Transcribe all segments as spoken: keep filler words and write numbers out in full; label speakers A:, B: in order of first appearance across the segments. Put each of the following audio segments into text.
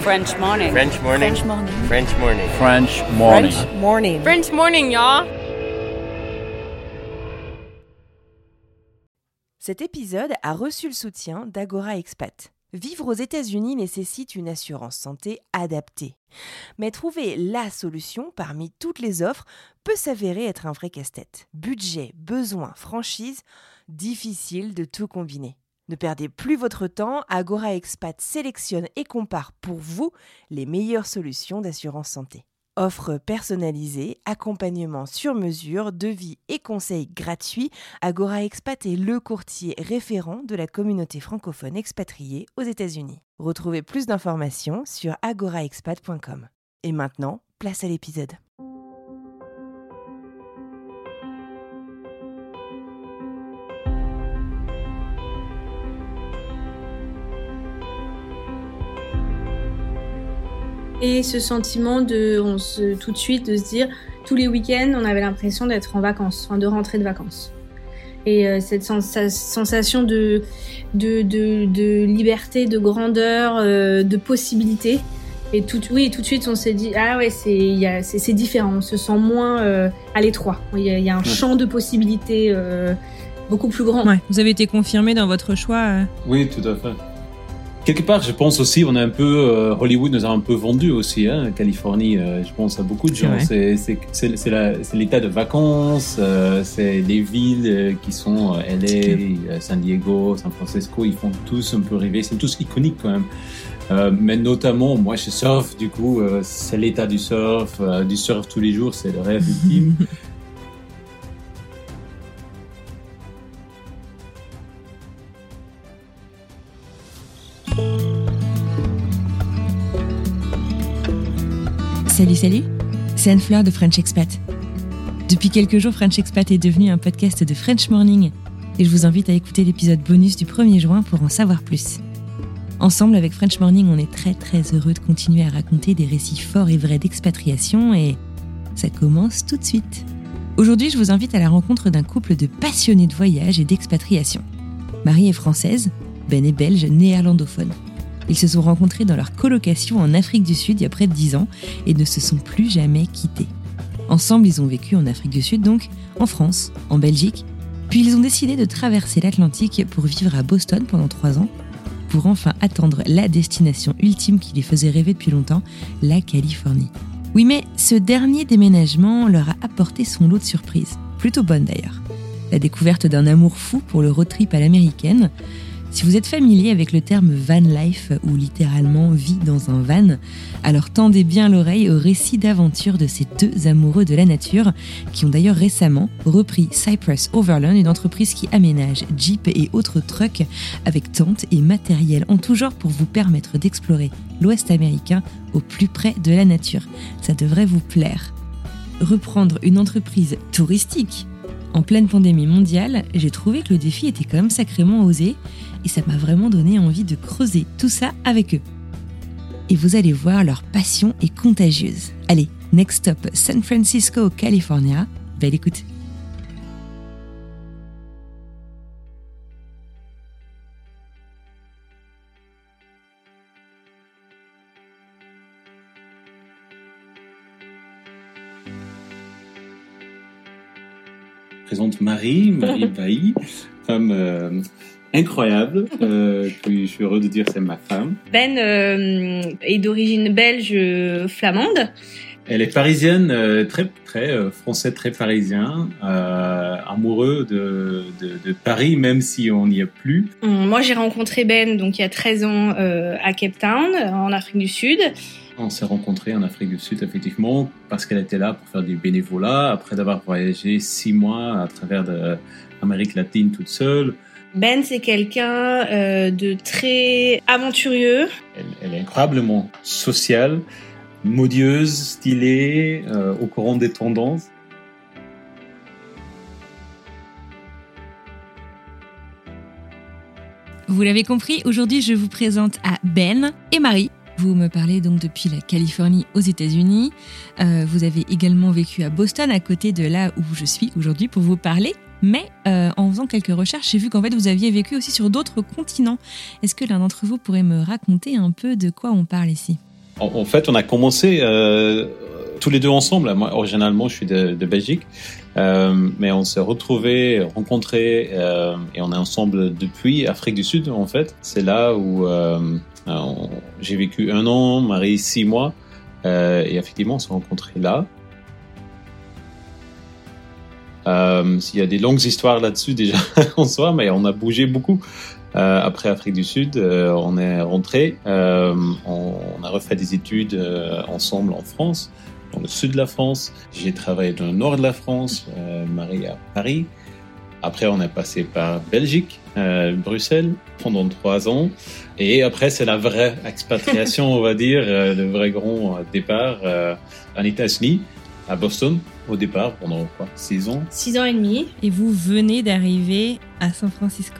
A: French morning.
B: French morning.
A: French morning.
B: French morning.
C: French morning.
A: French morning.
D: French morning, y'all.
E: Cet épisode a reçu le soutien d'Agora Expat. Vivre aux États-Unis nécessite une assurance santé adaptée. Mais trouver la solution parmi toutes les offres peut s'avérer être un vrai casse-tête. Budget, besoins, franchise, difficile de tout combiner. Ne perdez plus votre temps, Agora Expat sélectionne et compare pour vous les meilleures solutions d'assurance santé. Offres personnalisées, accompagnement sur mesure, devis et conseils gratuits, Agora Expat est le courtier référent de la communauté francophone expatriée aux États-Unis. Retrouvez plus d'informations sur agora expat point com. Et maintenant, place à l'épisode.
F: Et ce sentiment de, on se, tout de suite, de se dire, tous les week-ends, on avait l'impression d'être en vacances, enfin de rentrer de vacances. Et euh, cette sens- sensation de, de, de, de liberté, de grandeur, euh, de possibilité. Et tout, oui, tout de suite, on s'est dit, ah ouais, c'est, y a, c'est, c'est différent, on se sent moins euh, à l'étroit. Il y a, y a un ouais. champ de possibilités euh, beaucoup plus grand.
D: Ouais. Vous avez été confirmé dans votre choix euh...
C: Oui, tout à fait. Quelque part, je pense aussi, on a un peu euh, Hollywood nous a un peu vendu aussi, hein, Californie. Euh, je pense à beaucoup de gens. C'est, c'est, c'est, c'est, la, c'est l'état de vacances, euh, c'est les villes euh, qui sont euh, L A, euh, San Diego, San Francisco. Ils font tous un peu rêver. C'est tous iconiques quand même. Euh, mais notamment, moi, je surfe. Du coup, euh, c'est l'état du surf, euh, du surf tous les jours, c'est le rêve ultime.
G: Salut, salut, c'est Anne-Fleur de French Expat. Depuis quelques jours, French Expat est devenu un podcast de French Morning et je vous invite à écouter l'épisode bonus du premier juin pour en savoir plus. Ensemble, avec French Morning, on est très très heureux de continuer à raconter des récits forts et vrais d'expatriation et ça commence tout de suite. Aujourd'hui, je vous invite à la rencontre d'un couple de passionnés de voyage et d'expatriation. Marie est française, Ben est belge, néerlandophone. Ils se sont rencontrés dans leur colocation en Afrique du Sud il y a près de dix ans et ne se sont plus jamais quittés. Ensemble, ils ont vécu en Afrique du Sud, donc en France, en Belgique, puis ils ont décidé de traverser l'Atlantique pour vivre à Boston pendant trois ans, pour enfin attendre la destination ultime qui les faisait rêver depuis longtemps, la Californie. Oui, mais ce dernier déménagement leur a apporté son lot de surprises, plutôt bonnes d'ailleurs. La découverte d'un amour fou pour le road trip à l'américaine. Si vous êtes familier avec le terme van life, ou littéralement vie dans un van, alors tendez bien l'oreille au récit d'aventure de ces deux amoureux de la nature, qui ont d'ailleurs récemment repris Cypress Overland, une entreprise qui aménage Jeep et autres trucks avec tentes et matériel en tout genre pour vous permettre d'explorer l'Ouest américain au plus près de la nature. Ça devrait vous plaire. Reprendre une entreprise touristique en pleine pandémie mondiale, j'ai trouvé que le défi était quand même sacrément osé et ça m'a vraiment donné envie de creuser tout ça avec eux. Et vous allez voir, leur passion est contagieuse. Allez, next stop, San Francisco, California. Belle écoute.
C: Je présente Marie, Marie Bailly, femme euh, incroyable, euh, puis je suis heureux de dire que c'est ma femme.
F: Ben euh, est d'origine belge flamande.
C: Elle est parisienne, euh, très très euh, français, très parisien, euh, amoureux de, de, de Paris, même si on n'y est plus.
F: Moi, j'ai rencontré Ben donc il y a treize ans euh, à Cape Town, en Afrique du Sud.
C: On s'est rencontrés en Afrique du Sud, effectivement, parce qu'elle était là pour faire du bénévolat, après d'avoir voyagé six mois à travers de l'Amérique latine toute seule.
F: Ben, c'est quelqu'un euh, de très aventurieux.
C: Elle, elle est incroyablement sociale, modieuse, stylée, euh, au courant des tendances.
G: Vous l'avez compris, aujourd'hui je vous présente à Ben et Marie. Vous me parlez donc depuis la Californie aux États-Unis. Euh, vous avez également vécu à Boston, à côté de là où je suis aujourd'hui pour vous parler. Mais euh, en faisant quelques recherches, j'ai vu qu'en fait vous aviez vécu aussi sur d'autres continents. Est-ce que l'un d'entre vous pourrait me raconter un peu de quoi on parle ici ?
C: En, en fait, on a commencé euh, tous les deux ensemble. Moi, originalement, je suis de, de Belgique, euh, mais on s'est retrouvés, rencontrés, euh, et on est ensemble depuis Afrique du Sud. En fait, c'est là où euh, on, j'ai vécu un an, Marie six mois, euh, et effectivement, on s'est rencontrés là. Euh, il y a des longues histoires là-dessus déjà en soi, mais on a bougé beaucoup. Euh, après Afrique du Sud, euh, on est rentré, euh, on, on a refait des études euh, ensemble en France, dans le sud de la France. J'ai travaillé dans le nord de la France, euh, Marie à Paris. Après, on est passé par Belgique, euh, Bruxelles, pendant trois ans. Et après, c'est la vraie expatriation, on va dire, euh, le vrai grand départ euh, en États-Unis, à Boston, au départ, pendant quoi, six ans.
F: Six ans et demi.
D: Et vous venez d'arriver à San Francisco.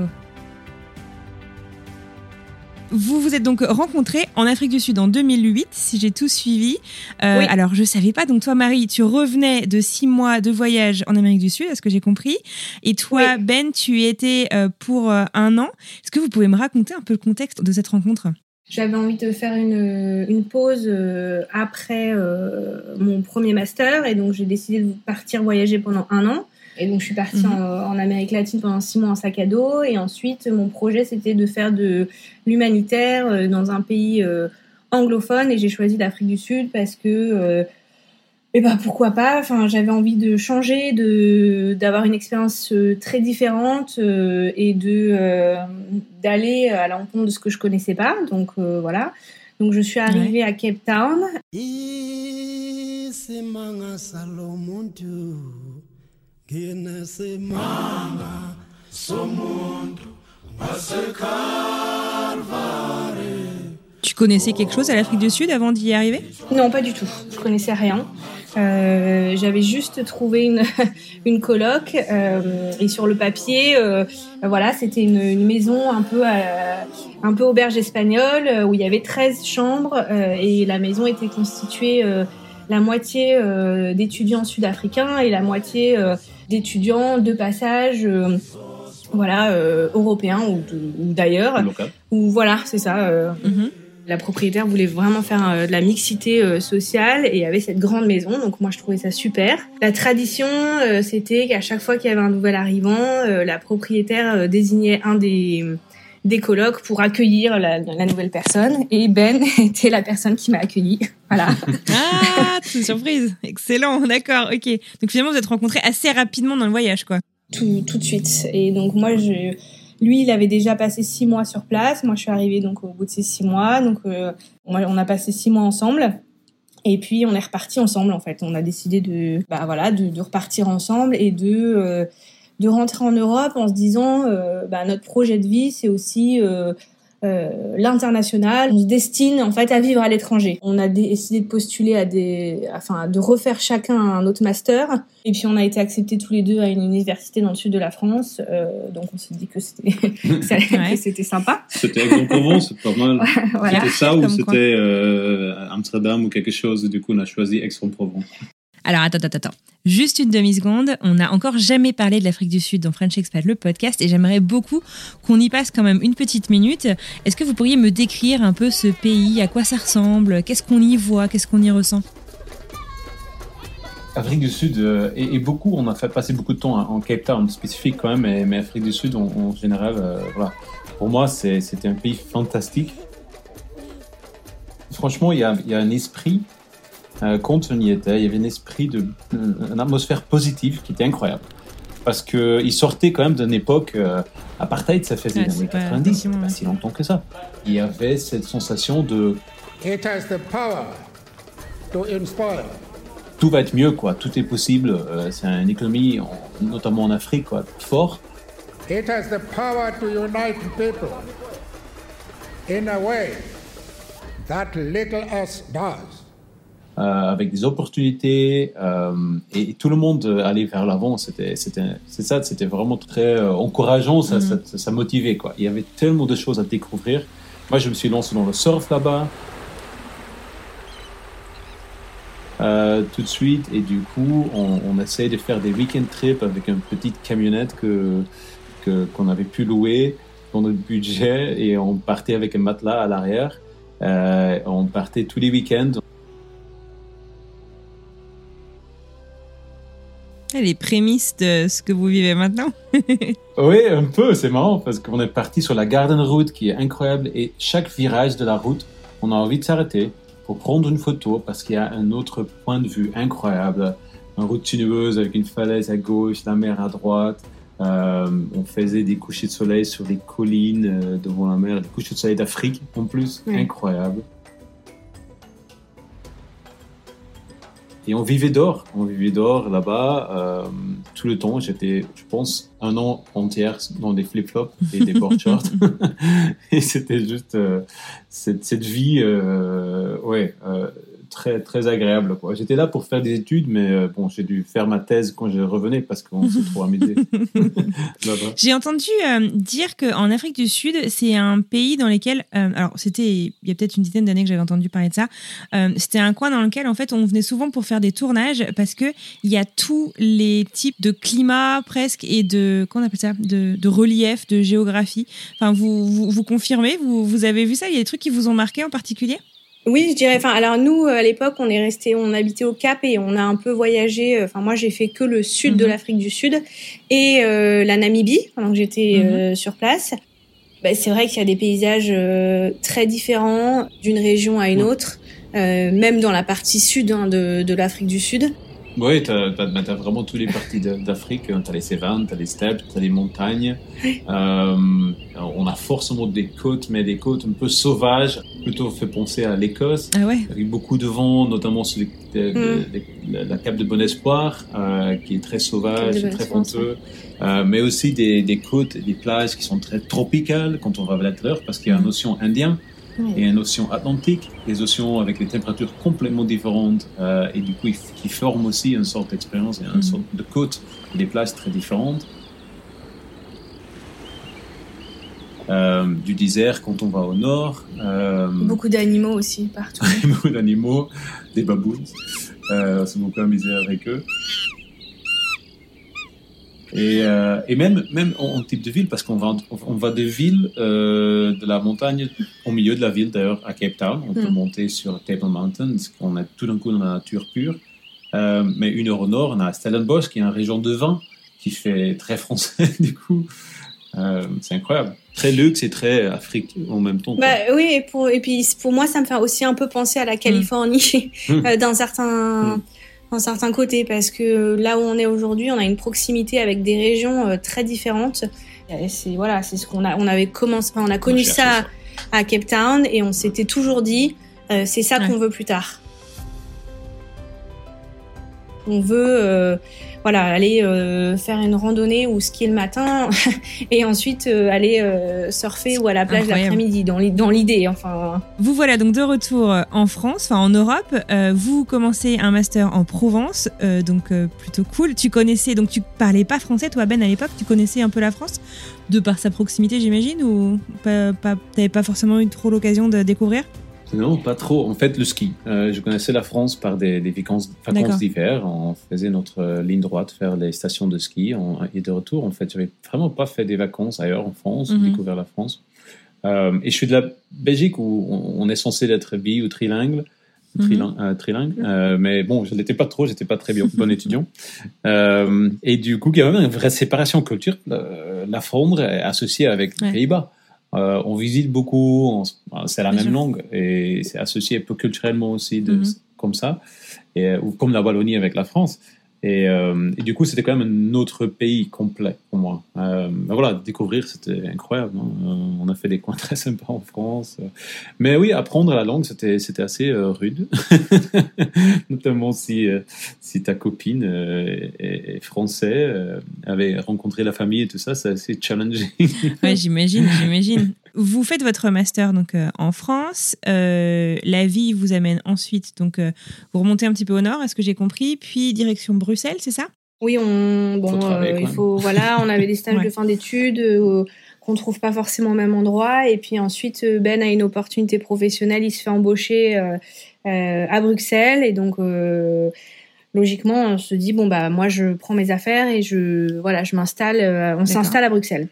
D: Vous vous êtes donc rencontrés en Afrique du Sud en deux mille huit, si j'ai tout suivi. Euh,
F: oui.
D: Alors, je savais pas. Donc, toi, Marie, tu revenais de six mois de voyage en Amérique du Sud, à ce que j'ai compris. Et toi, oui. Ben, tu y étais euh, pour euh, un an. Est-ce que vous pouvez me raconter un peu le contexte de cette rencontre ?
F: J'avais envie de faire une, une pause euh, après euh, mon premier master. Et donc, j'ai décidé de partir voyager pendant un an. Et donc, je suis partie mmh. en, en Amérique latine pendant six mois en sac à dos. Et ensuite, mon projet, c'était de faire de l'humanitaire euh, dans un pays euh, anglophone. Et j'ai choisi l'Afrique du Sud parce que, euh, et ben, pourquoi pas. Enfin, j'avais envie de changer, de, d'avoir une expérience euh, très différente euh, et de, euh, d'aller à l'encontre de ce que je connaissais pas. Donc, euh, voilà. Donc, je suis arrivée ouais. à Cape Town.
D: Tu connaissais quelque chose à l'Afrique du Sud avant d'y arriver ?
F: Non, pas du tout. Je connaissais rien. Euh, j'avais juste trouvé une une coloc euh, et sur le papier, euh, voilà, c'était une, une maison un peu euh, un peu auberge espagnole où il y avait treize chambres euh, et la maison était constituée euh, la moitié euh, d'étudiants sud-africains et la moitié euh, d'étudiants de passage, euh, voilà, euh, européens ou, de, ou d'ailleurs.
C: Local.
F: Ou voilà, c'est ça. Euh,
D: mm-hmm.
F: La propriétaire voulait vraiment faire euh, de la mixité euh, sociale et avait cette grande maison. Donc moi, je trouvais ça super. La tradition, euh, c'était qu'à chaque fois qu'il y avait un nouvel arrivant, euh, la propriétaire euh, désignait un des des colocs pour accueillir la, la nouvelle personne. Et Ben était la personne qui m'a accueillie. Voilà.
D: Ah, c'est une surprise. Excellent, d'accord, ok. Donc finalement, vous êtes rencontrés assez rapidement dans le voyage, quoi.
F: Tout, tout de suite. Et donc moi, je, lui, il avait déjà passé six mois sur place. Moi, je suis arrivée donc au bout de ces six mois. Donc euh, on a passé six mois ensemble. Et puis on est repartis ensemble, en fait. On a décidé de, bah voilà, de, de repartir ensemble et de euh, de rentrer en Europe en se disant, euh, bah notre projet de vie, c'est aussi euh, Euh, l'international. On se destine en fait à vivre à l'étranger. On a décidé de postuler à des, enfin de refaire chacun un autre master. Et puis on a été acceptés tous les deux à une université dans le sud de la France. Euh, donc on s'est dit que c'était, ça, ouais. que c'était sympa.
C: C'était Aix-en-Provence, c'est pas mal.
F: Voilà.
C: C'était ça ou c'était euh, Amsterdam ou quelque chose. Du coup on a choisi Aix-en-Provence.
D: Alors, attends, attends, attends. Juste une demi-seconde. On n'a encore jamais parlé de l'Afrique du Sud dans French Expat, le podcast, et j'aimerais beaucoup qu'on y passe quand même une petite minute. Est-ce que vous pourriez me décrire un peu ce pays, à quoi ça ressemble, qu'est-ce qu'on y voit, qu'est-ce qu'on y ressent ?
C: Afrique du Sud, euh, et, et beaucoup, on a fait passer beaucoup de temps en Cape Town, spécifique quand même, mais, mais Afrique du Sud, en, en général, euh, voilà. Pour moi, c'est, c'était un pays fantastique. Franchement, il y a, y a un esprit... Euh, quand on y était, il y avait un esprit de, une atmosphère positive qui était incroyable. Parce qu'ils sortaient quand même d'une époque, euh, apartheid, ça faisait
D: ouais,
C: dans les quatre-vingt-dix, c'est pas
D: ouais.
C: si longtemps que ça. Il y avait cette sensation de...
A: It has the power to inspire.
C: Tout va être mieux, quoi. Tout est possible. Euh, c'est une économie, en, notamment en Afrique, quoi, fort.
A: It has the power to unite people in a way that little else does.
C: Euh, avec des opportunités euh, et, et tout le monde allait vers l'avant. C'était, c'était, c'est ça, c'était vraiment très euh, encourageant, ça, mm-hmm. ça, ça motivait, quoi. Il y avait tellement de choses à découvrir. Moi, je me suis lancé dans le surf là-bas euh, tout de suite et du coup, on, on essaie de faire des week-end trips avec une petite camionnette que, que, qu'on avait pu louer dans notre budget et on partait avec un matelas à l'arrière. Euh, on partait tous les week-ends.
D: Les prémices de ce que vous vivez maintenant.
C: Oui, un peu, c'est marrant parce qu'on est parti sur la Garden Route qui est incroyable et chaque virage de la route, on a envie de s'arrêter pour prendre une photo parce qu'il y a un autre point de vue incroyable. Une route sinueuse avec une falaise à gauche, la mer à droite. Euh, on faisait des couchers de soleil sur les collines euh, devant la mer, des couchers de soleil d'Afrique en plus, mmh. incroyable. Et on vivait dehors, on vivait dehors là-bas euh, tout le temps. J'étais, je pense, un an entier dans des flip-flops et des board shorts. Et c'était juste euh, cette, cette vie, euh, ouais, euh, très très agréable, quoi. J'étais là pour faire des études, mais euh, bon, j'ai dû faire ma thèse quand je revenais parce qu'on s'est trop amusé.
D: J'ai entendu euh, dire qu'en Afrique du Sud, c'est un pays dans lequel, euh, alors c'était il y a peut-être une dizaine d'années que j'avais entendu parler de ça. Euh, c'était un coin dans lequel en fait on venait souvent pour faire des tournages parce que il y a tous les types de climat presque et de comment on appelle ça, de, de relief, de géographie. Enfin, vous vous, vous confirmez, vous vous avez vu ça? Il y a des trucs qui vous ont marqué en particulier?
F: Oui, je dirais. Enfin, alors nous, à l'époque, on est resté, on habitait au Cap et on a un peu voyagé. Enfin, moi, j'ai fait que le sud mm-hmm. de l'Afrique du Sud et euh, la Namibie pendant que j'étais mm-hmm. euh, sur place. Bah, c'est vrai qu'il y a des paysages euh, très différents d'une région à une mm. autre, euh, même dans la partie sud hein, de, de l'Afrique du Sud.
C: Oui, t'as, t'as, t'as vraiment toutes les parties d'Afrique. T'as les savanes, t'as les steppes, t'as les montagnes. Euh, on a forcément des côtes, mais des côtes un peu sauvages, plutôt fait penser à l'Écosse.
D: Ah ouais.
C: Avec beaucoup de vent, notamment sur les, les,
F: mm.
C: les, la, la Cape de Bon Espoir, euh, qui est très sauvage,
F: de
C: très fonteux. Euh, mais aussi des, des côtes, des plages qui sont très tropicales quand on va vers l'intérieur, parce qu'il y a un océan Indien. Et un océan Atlantique, des océans avec des températures complètement différentes euh, et du coup qui forment aussi une sorte d'expérience et une mmh. sorte de côte et des plages très différentes. Euh, du désert quand on va au nord. Euh,
F: beaucoup d'animaux aussi partout.
C: Beaucoup d'animaux, des babouins. Euh, on s'est beaucoup amusé avec eux. Et, euh, et même, même en, en type de ville, parce qu'on va, on va de ville, euh, de la montagne, au milieu de la ville d'ailleurs, à Cape Town. On mm. peut monter sur Table Mountain, on est tout d'un coup dans la nature pure. Euh, mais une heure au nord, on a Stellenbosch, qui est une région de vin, qui fait très français du coup. Euh, c'est incroyable. Très luxe et très Afrique en même temps.
F: Bah, oui, et, pour, et puis pour moi, ça me fait aussi un peu penser à la Californie, mm. euh, d'un certain... Mm. d'un certain côté, parce que là où on est aujourd'hui, on a une proximité avec des régions euh, très différentes. Et c'est voilà, c'est ce qu'on a, on avait commencé, on a connu on ça, ça à Cape Town et on s'était toujours dit, euh, c'est ça ouais. qu'on veut plus tard. On veut, euh, voilà, aller euh, faire une randonnée ou skier le matin et ensuite euh, aller euh, surfer ou à la plage Incroyable. L'après-midi, dans, dans l'idée. Enfin.
D: Vous voilà donc de retour en France, enfin en Europe. Euh, vous commencez un master en Provence, euh, donc euh, plutôt cool. Tu connaissais, donc tu parlais pas français, toi Ben à l'époque, tu connaissais un peu la France de par sa proximité, j'imagine, ou pas, pas, t'avais pas forcément eu trop l'occasion de découvrir?
C: Non, pas trop. En fait, le ski. Euh, je connaissais la France par des, des vacances, vacances d'hiver. On faisait notre euh, ligne droite vers les stations de ski. On, et de retour, en fait, je n'avais vraiment pas fait des vacances ailleurs en France, mm-hmm. découvert la France. Euh, et je suis de la Belgique où on, on est censé être bi ou trilingue. Trilingue, mm-hmm. euh, trilingue. Euh, mais bon, je ne l'étais pas trop, j'étais pas très bien, bon étudiant. Euh, et du coup, il y a même une vraie séparation culture. Euh, la Flandre est associée avec les ouais. Pays-Bas. Euh, on visite beaucoup, on, c'est la Bien même sûr. Langue et c'est associé un peu culturellement aussi de, mm-hmm. comme ça, et, ou comme la Wallonie avec la France. Et, euh, et du coup, c'était quand même un autre pays complet pour moi. Euh, ben voilà, découvrir, c'était incroyable. Hein. On a fait des coins très sympas en France. Mais oui, apprendre la langue, c'était, c'était assez euh, rude. Notamment si, euh, si ta copine euh, est, est française, euh, avait rencontré la famille et tout ça, c'est assez challenging.
D: Ouais, j'imagine, j'imagine. Vous faites votre master donc euh, en France. Euh, la vie vous amène ensuite, donc euh, vous remontez un petit peu au nord, est-ce que j'ai compris, puis direction Bruxelles, c'est ça?
F: Oui, on bon, faut euh, il faut voilà, on avait des stages ouais. de fin d'études euh, qu'on trouve pas forcément au même endroit, et puis ensuite Ben a une opportunité professionnelle, il se fait embaucher euh, euh, à Bruxelles, et donc euh, logiquement on se dit bon bah moi je prends mes affaires et je voilà je m'installe, euh, on D'accord. s'installe à Bruxelles.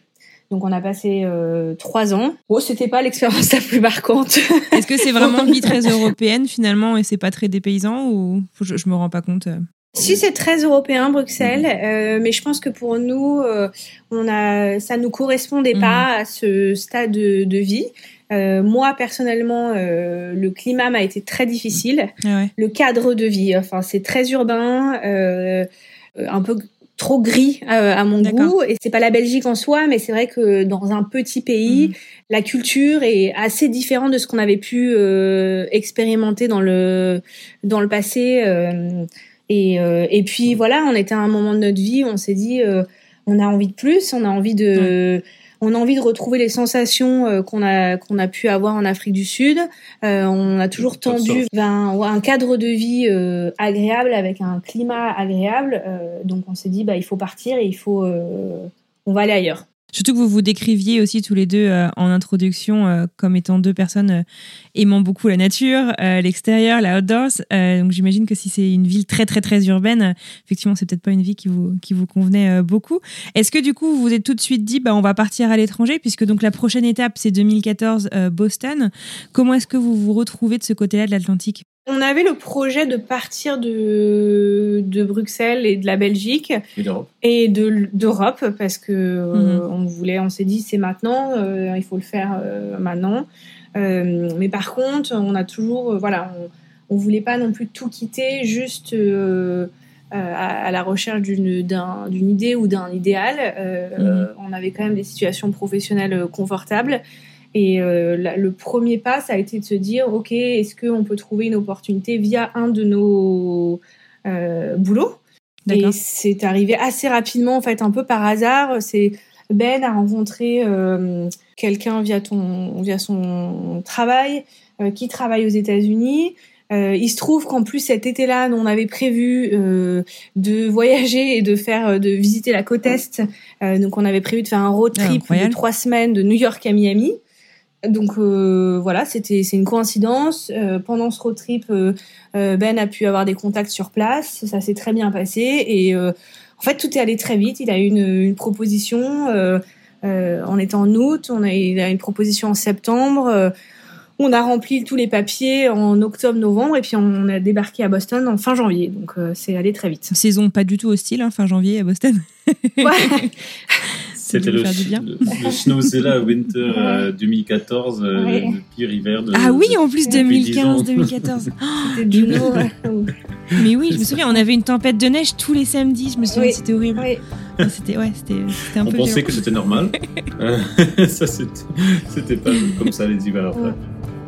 F: Donc on a passé euh, trois ans. Bon, c'était pas l'expérience la plus marquante.
D: Est-ce que c'est vraiment une vie très européenne finalement et c'est pas très dépaysant ou je, je me rends pas compte?
F: Si, c'est très européen, Bruxelles, euh, mais je pense que pour nous, euh, on a, ça nous correspondait mmh. pas à ce stade de, de vie. Euh, moi, personnellement, euh, le climat m'a été très difficile.
D: Ah ouais.
F: Le cadre de vie, enfin, c'est très urbain, euh, un peu trop gris euh, à mon D'accord. goût. Et c'est pas la Belgique en soi, mais c'est vrai que dans un petit pays, mmh. la culture est assez différente de ce qu'on avait pu euh, expérimenter dans le dans le passé. Euh, Et, euh, et puis voilà, on était à un moment de notre vie où on s'est dit, euh, on a envie de plus, on a envie de, mmh. on a envie de retrouver les sensations euh, qu'on a qu'on a pu avoir en Afrique du Sud. Euh, on a toujours tendu vers un, un cadre de vie euh, agréable avec un climat agréable. Euh, donc on s'est dit, bah il faut partir et il faut, euh, on va aller ailleurs.
D: Surtout que vous vous décriviez aussi tous les deux euh, en introduction euh, comme étant deux personnes euh, aimant beaucoup la nature, euh, l'extérieur, la outdoors. Euh, donc j'imagine que si c'est une ville très très très urbaine, euh, effectivement c'est peut-être pas une vie qui vous qui vous convenait euh, beaucoup. Est-ce que du coup vous vous êtes tout de suite dit bah on va partir à l'étranger puisque donc la prochaine étape c'est deux mille quatorze euh, Boston. Comment est-ce que vous vous retrouvez de ce côté-là de l'Atlantique ?
F: On avait le projet de partir de, de Bruxelles et de la Belgique
C: et d'Europe,
F: et de, d'Europe parce que euh, mmh. on voulait, on s'est dit c'est maintenant, euh, il faut le faire euh, maintenant. Euh, mais par contre, on a toujours, euh, voilà, on, on voulait pas non plus tout quitter juste euh, à, à la recherche d'une, d'un, d'une idée ou d'un idéal. Euh, mmh. On avait quand même des situations professionnelles confortables. Et euh, la, le premier pas, ça a été de se dire, ok, est-ce qu'on peut trouver une opportunité via un de nos euh, boulots ? D'accord. Et c'est arrivé assez rapidement, en fait, un peu par hasard. C'est Ben a rencontré euh, quelqu'un via ton, via son travail, euh, qui travaille aux États-Unis. Euh, il se trouve qu'en plus cet été-là, on avait prévu euh, de voyager et de faire, de visiter la côte est. Euh, donc on avait prévu de faire un road trip ah, de trois semaines de New York à Miami. Donc euh, voilà, c'était c'est une coïncidence. Euh, pendant ce road trip, euh, Ben a pu avoir des contacts sur place, ça s'est très bien passé et euh, en fait tout est allé très vite. Il a eu une, une proposition, euh, euh, on était en août, on a il a une proposition en septembre. Euh, on a rempli tous les papiers en octobre-novembre et puis on a débarqué à Boston en fin janvier. Donc euh, c'est allé très vite.
D: Saison pas du tout hostile, hein, fin janvier à Boston.
F: Ouais.
C: C'était le, le, le Snowzilla Winter euh, deux mille quatorze, euh, ouais. le pire hiver de...
D: Ah oui, en plus deux mille quinze deux mille quatorze.
F: C'était du Juno.
D: Mais oui, je me souviens, on avait une tempête de neige tous les samedis, je me souviens, oui. C'était horrible. Oui. C'était, ouais, c'était, c'était un
C: on
D: peu
C: pensait
D: violent.
C: Que c'était normal. euh, ça, c'était, c'était pas comme ça les hivers après. Ouais.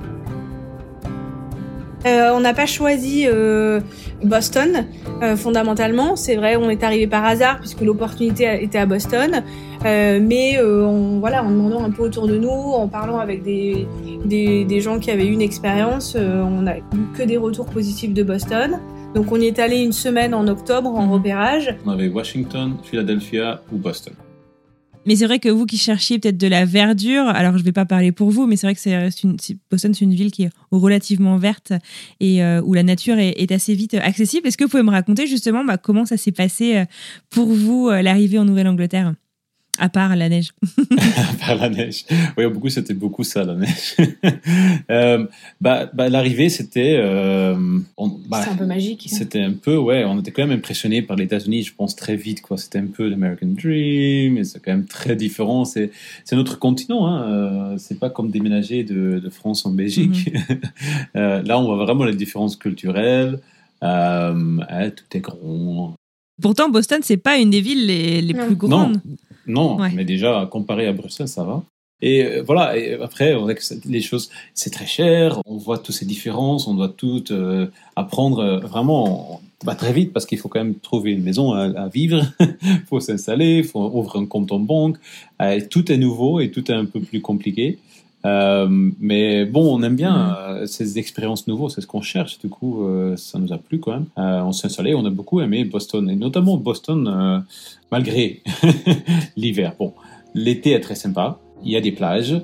F: Euh, on n'a pas choisi euh, Boston, euh, fondamentalement. C'est vrai, on est arrivé par hasard puisque l'opportunité était à Boston. Euh, mais euh, on, voilà, en demandant un peu autour de nous, en parlant avec des, des, des gens qui avaient eu une expérience, euh, on n'a eu que des retours positifs de Boston. Donc on y est allé une semaine en octobre en mmh. repérage.
C: On avait Washington, Philadelphia ou Boston.
D: Mais c'est vrai que vous qui cherchiez peut-être de la verdure, alors je ne vais pas parler pour vous, mais c'est vrai que c'est, c'est une, c'est, Boston, c'est une ville qui est relativement verte et euh, où la nature est, est assez vite accessible. Est-ce que vous pouvez me raconter justement bah, comment ça s'est passé pour vous, euh, l'arrivée en Nouvelle-Angleterre ? À part la neige.
C: À part la neige. Oui, beaucoup, c'était beaucoup ça, la neige. euh, bah, bah, l'arrivée, c'était... Euh, on, bah,
F: c'est un peu magique.
C: C'était un peu, ouais, on était quand même impressionnés par les États-Unis, je pense, très vite, quoi. C'était un peu l'American Dream, et c'est quand même très différent. C'est, c'est notre continent, hein. Euh, c'est pas comme déménager de, de France en Belgique. Mm-hmm. euh, là, on voit vraiment les différences culturelles. Euh, hein, tout est grand.
D: Pourtant, Boston, c'est pas une des villes les, les plus grandes.
C: Non. Non, ouais. Mais déjà, comparé à Bruxelles, ça va. Et euh, voilà, et après, on a les choses, c'est très cher, on voit toutes ces différences, on doit tout euh, apprendre euh, vraiment bah, très vite parce qu'il faut quand même trouver une maison à, à vivre, il faut s'installer, il faut ouvrir un compte en banque, euh, tout est nouveau et tout est un peu plus compliqué. Euh, mais bon, on aime bien euh, ces expériences nouvelles, c'est ce qu'on cherche. Du coup, euh, ça nous a plu quand même. Euh, on s'est installé, on a beaucoup aimé Boston, et notamment Boston, euh, malgré l'hiver. Bon, l'été est très sympa, il y a des plages.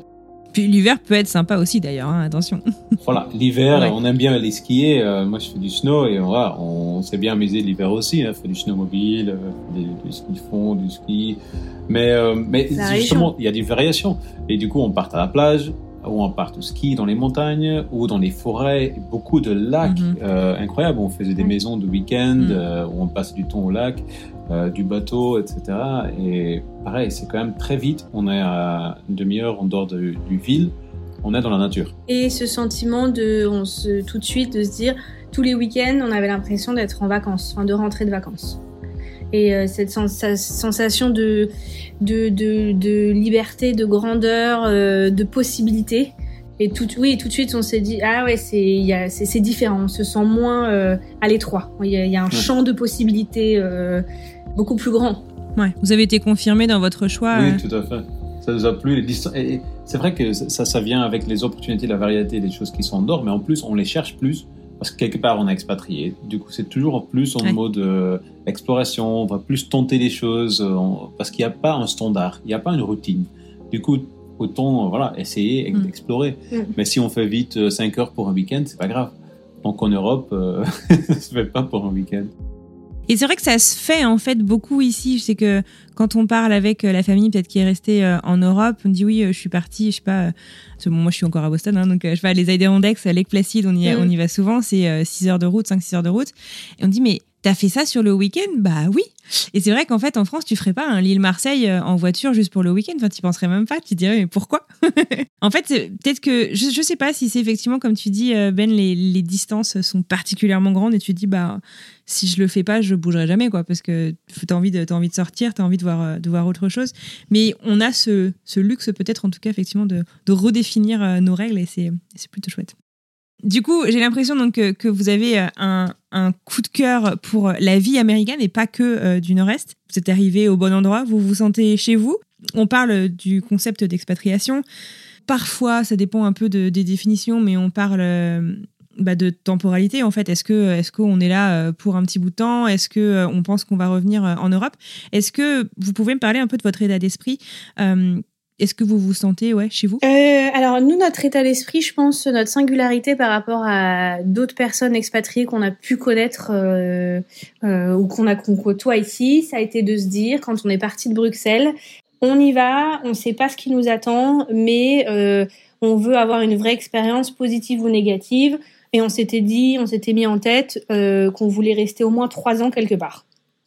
D: Puis l'hiver peut être sympa aussi d'ailleurs, hein, attention.
C: Voilà, l'hiver,
D: ouais.
C: On aime bien aller skier. Euh, moi, je fais du snow et voilà, on s'est bien amusé l'hiver aussi. Hein, fait du snowmobile, euh, des, du ski de fond, du ski. Mais, euh, mais justement, il y a des variations. Et du coup, on part à la plage, ou on part au ski dans les montagnes, ou dans les forêts. Beaucoup de lacs mm-hmm. euh, incroyables. On faisait des maisons de week-end, mm. euh, où on passe du temps au lac. Euh, du bateau, et cetera. Et pareil, c'est quand même très vite. On est à une demi-heure en dehors de, du ville. On est dans la nature.
F: Et ce sentiment de, on se, tout de suite, de se dire, tous les week-ends, on avait l'impression d'être en vacances, enfin de rentrer de vacances. Et euh, cette sens- sensation de, de, de, de liberté, de grandeur, euh, de possibilité. Et tout, oui, tout de suite, on s'est dit, ah ouais, c'est, y a, c'est, c'est différent. On se sent moins euh, à l'étroit. Il y a, y a un ouais. champ de possibilités euh, beaucoup plus grand.
D: Ouais. Vous avez été confirmé dans votre choix.
C: Oui,
D: euh...
C: tout à fait. Ça nous a plu. Les dist- et c'est vrai que ça, ça vient avec les opportunités, la variété des choses qui sont en dehors, mais en plus, on les cherche plus parce que quelque part, on est expatrié. Du coup, c'est toujours en plus en ouais. mode euh, exploration. On va plus tenter les choses euh, parce qu'il n'y a pas un standard, il n'y a pas une routine. Du coup, autant voilà, essayer et mmh. explorer. Mmh. Mais si on fait vite euh, cinq heures pour un week-end, c'est pas grave. Donc en Europe, euh, ça se fait pas pour un week-end.
D: Et c'est vrai que ça se fait en fait beaucoup ici. Je sais que quand on parle avec la famille peut-être qui est restée euh, en Europe, on dit oui, euh, je suis partie, je sais pas. Euh, bon, moi, je suis encore à Boston, hein, donc euh, je sais pas, les Adirondacks, Lake Placid, on y, mmh. on y va souvent. C'est euh, six heures de route, cinq six heures de route. Et on dit mais t'as fait ça sur le week-end ? Bah oui. Et c'est vrai qu'en fait, en France, tu ferais pas un Lille-Marseille en voiture juste pour le week-end. Enfin, t'y penserais même pas. Tu te dirais, mais pourquoi ? En fait, peut-être que, je, je sais pas si c'est effectivement, comme tu dis, Ben, les, les distances sont particulièrement grandes et tu te dis, bah, si je le fais pas, je bougerai jamais, quoi, parce que t'as envie de, t'as envie de sortir, t'as envie de voir, de voir autre chose. Mais on a ce, ce luxe, peut-être, en tout cas, effectivement, de, de redéfinir nos règles et c'est, c'est plutôt chouette. Du coup, j'ai l'impression donc que, que vous avez un, un coup de cœur pour la vie américaine et pas que euh, du Nord-Est. Vous êtes arrivé au bon endroit, vous vous sentez chez vous. On parle du concept d'expatriation. Parfois, ça dépend un peu de, des définitions, mais on parle euh, bah, de temporalité. En fait, est-ce que est-ce qu'on est là pour un petit bout de temps ? Est-ce que euh, on pense qu'on va revenir en Europe ? Est-ce que vous pouvez me parler un peu de votre état d'esprit ? euh, Est-ce que vous vous sentez ouais, chez vous ?
F: euh, Alors, nous, notre état d'esprit, je pense, notre singularité par rapport à d'autres personnes expatriées qu'on a pu connaître euh, euh, ou qu'on a qu'on côtoie ici, ça a été de se dire, quand on est parti de Bruxelles, on y va, on ne sait pas ce qui nous attend, mais euh, on veut avoir une vraie expérience positive ou négative. Et on s'était dit, on s'était mis en tête euh, qu'on voulait rester au moins trois ans quelque part.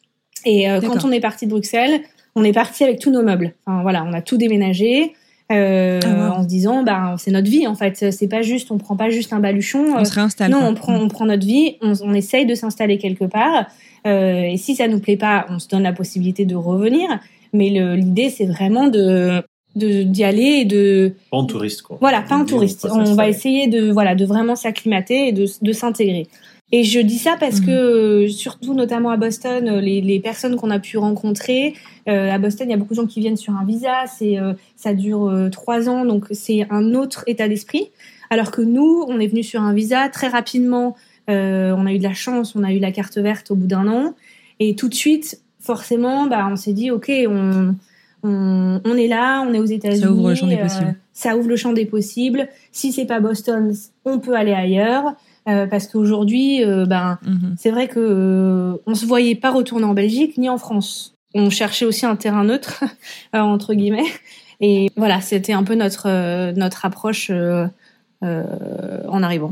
F: Et euh, quand on est parti de Bruxelles, on est parti avec tous nos meubles. Enfin, voilà, on a tout déménagé euh, ah ouais. en se disant, bah, c'est notre vie en fait. C'est pas juste, on prend pas juste un baluchon.
D: On se réinstalle.
F: Non,
D: quoi.
F: on prend, on prend notre vie. On, on essaye de s'installer quelque part. Euh, et si ça nous plaît pas, on se donne la possibilité de revenir. Mais le, l'idée, c'est vraiment de, de d'y aller et de.
C: Pas en touriste quoi.
F: Voilà, pas en touriste. On va essayer de, voilà, de vraiment s'acclimater et de, de s'intégrer. Et je dis ça parce mmh. que, surtout notamment à Boston, les, les personnes qu'on a pu rencontrer, euh, à Boston, il y a beaucoup de gens qui viennent sur un visa, c'est, euh, ça dure euh, trois ans, donc c'est un autre état d'esprit. Alors que nous, on est venu sur un visa très rapidement, euh, on a eu de la chance, on a eu la carte verte au bout d'un an, et tout de suite, forcément, bah, on s'est dit, ok, on, on, on est là, on est aux États-Unis.
D: Ça ouvre le champ des possibles. Euh,
F: ça ouvre le champ des possibles. Si c'est pas Boston, on peut aller ailleurs. Euh, parce qu'aujourd'hui, euh, ben, mm-hmm. c'est vrai que euh, on se voyait pas retourner en Belgique ni en France. On cherchait aussi un terrain neutre euh, entre guillemets. Et voilà, c'était un peu notre euh, notre approche euh, euh, en arrivant.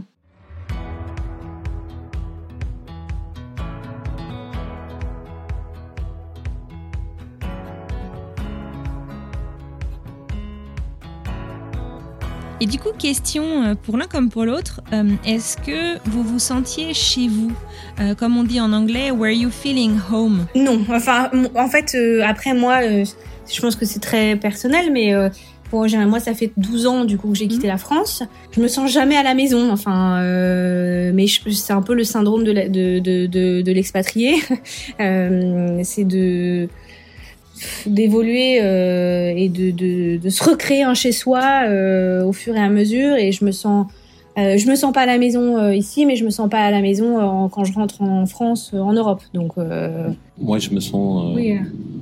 D: Et du coup, question pour l'un comme pour l'autre, euh, est-ce que vous vous sentiez chez vous euh, comme on dit en anglais, were you feeling home ?
F: Non, enfin, en fait, euh, après moi, euh, je pense que c'est très personnel, mais euh, pour moi, ça fait douze ans du coup que j'ai quitté mmh. la France. Je me sens jamais à la maison, enfin, euh, mais je, c'est un peu le syndrome de, la, de, de, de, de l'expatrié. euh, c'est de... d'évoluer euh, et de, de, de se recréer un chez-soi euh, au fur et à mesure, et je me sens euh, je me sens pas à la maison euh, ici, mais je me sens pas à la maison euh, quand je rentre en France, euh, en Europe, donc euh...
C: moi je me sens euh,
F: oui.